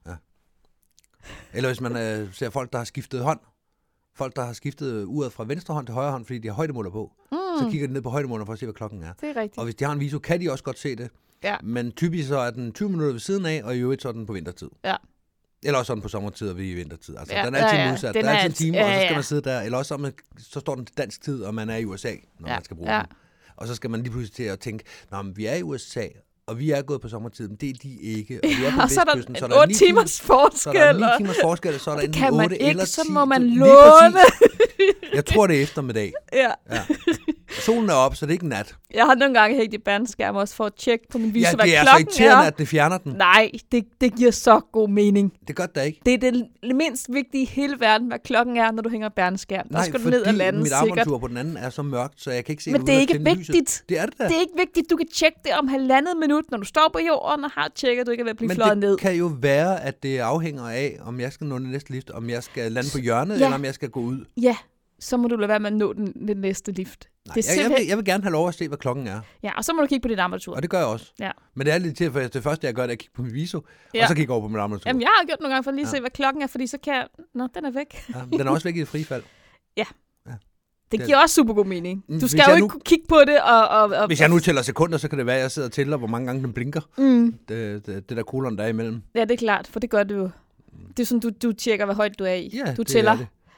Eller hvis man ser folk, der har skiftet hånd. Folk, der har skiftet uret fra venstre hånd til højre hånd, fordi de har højdemåler på. Så kigger de ned på højdemåleren for at se, hvad klokken er. Det er rigtigt. Og hvis de har en viso, kan de også godt se det. Ja. Men typisk så er den 20 minutter ved siden af, og i øvrigt så er den på vintertid. Ja. Eller også sådan på sommertid, og vi i vintertid. Altså, den er altid modsat. Der er altid en time, og så skal man sidde der. Eller også så står den til dansk tid, og man er i USA, når man skal bruge den. Og så skal man lige pludselig til at tænke, men vi er i USA, og vi er gået på sommertid, men det er de ikke. Og vi er på Vestkysten, så er der 8 timers forskel. Så er der 9 timers forskel, så er der enten 8 eller 10. Så må man låne. Jeg tror, det er eftermiddag. Ja. Solen er op, så det er ikke nat. Jeg har nogle gange hængt i bandskærm også for at tjekke på min viso, hvad klokken er. Ja, det er så irriterende, at det fjerner den. Nej, det giver så god mening. Det gør det ikke. Det er det mindst vigtige i hele verden, hvad klokken er, når du hænger bærnskærm. Der skal du ned og lande mit sikkert. armbåndsur på den anden er så mørkt, så jeg kan ikke se men det er ikke vigtigt. Det er det da. Det er ikke vigtigt. Du kan tjekke det om 1,5 minut, når du står på jorden og har tjekket, at du ikke er ved at blive fløjet ned. Men det kan jo være, at det afhænger af, om jeg skal nå det næste lift, om jeg skal lande på hjørnet, eller om jeg skal gå ud. Ja, så må du lade være med at nå den næste lift. Nej, jeg vil gerne have lov at se, hvad klokken er. Ja, og så må du kigge på dit armbandsur. Og det gør jeg også. Ja. Men det er lidt til, for det første, jeg gør, det er at kigge på min viso, og så kigge over på min armbandsur. Jamen, jeg har gjort nogle gange for lige at se, hvad klokken er, fordi så kan jeg... Nå, den er væk. Ja, den er også væk i et frifald. Ja. Det giver også super god mening. Du skal jo ikke kunne kigge på det og... Hvis jeg nu tæller sekunder, så kan det være, at jeg sidder og tæller, hvor mange gange den blinker. Det der kolon, der er imellem. Ja, det er klart, for det gør du jo. Det er sådan, du tjekker, hvor højt du er i. Ja, du tæller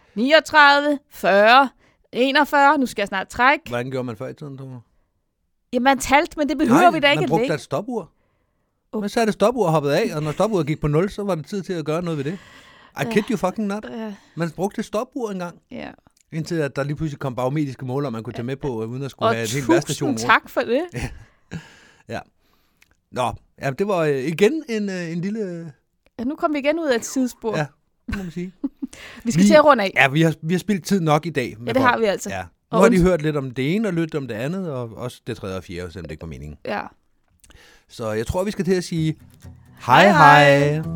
39, 40... 41, nu skal jeg snart trække. Hvordan gjorde man før i tiden, Thomas? Jamen, man talte, men det behøver vi da ikke. Man brugte da et stopur. Man satte et stopur og hoppede af, og når stopuret gik på 0, så var det tid til at gøre noget ved det. I kid you fucking not. Man brugte et stopur engang. Ja. Indtil at der lige pludselig kom barometriske måler, man kunne tage med på, uden at skulle have en hel værstation rundt. Og tak for det. Ja. Nå, ja, det var igen en lille... Ja, nu kom vi igen ud af et sidespor. Ja, må man sige. Vi skal til at runde af. Ja, vi har spildt tid nok i dag. Ja, det har vi altså. Ja. Nu har de hørt lidt om det ene, og lidt om det andet, og også det tredje og fjerde, selvom det ikke var meningen. Ja. Så jeg tror, vi skal til at sige hej hej.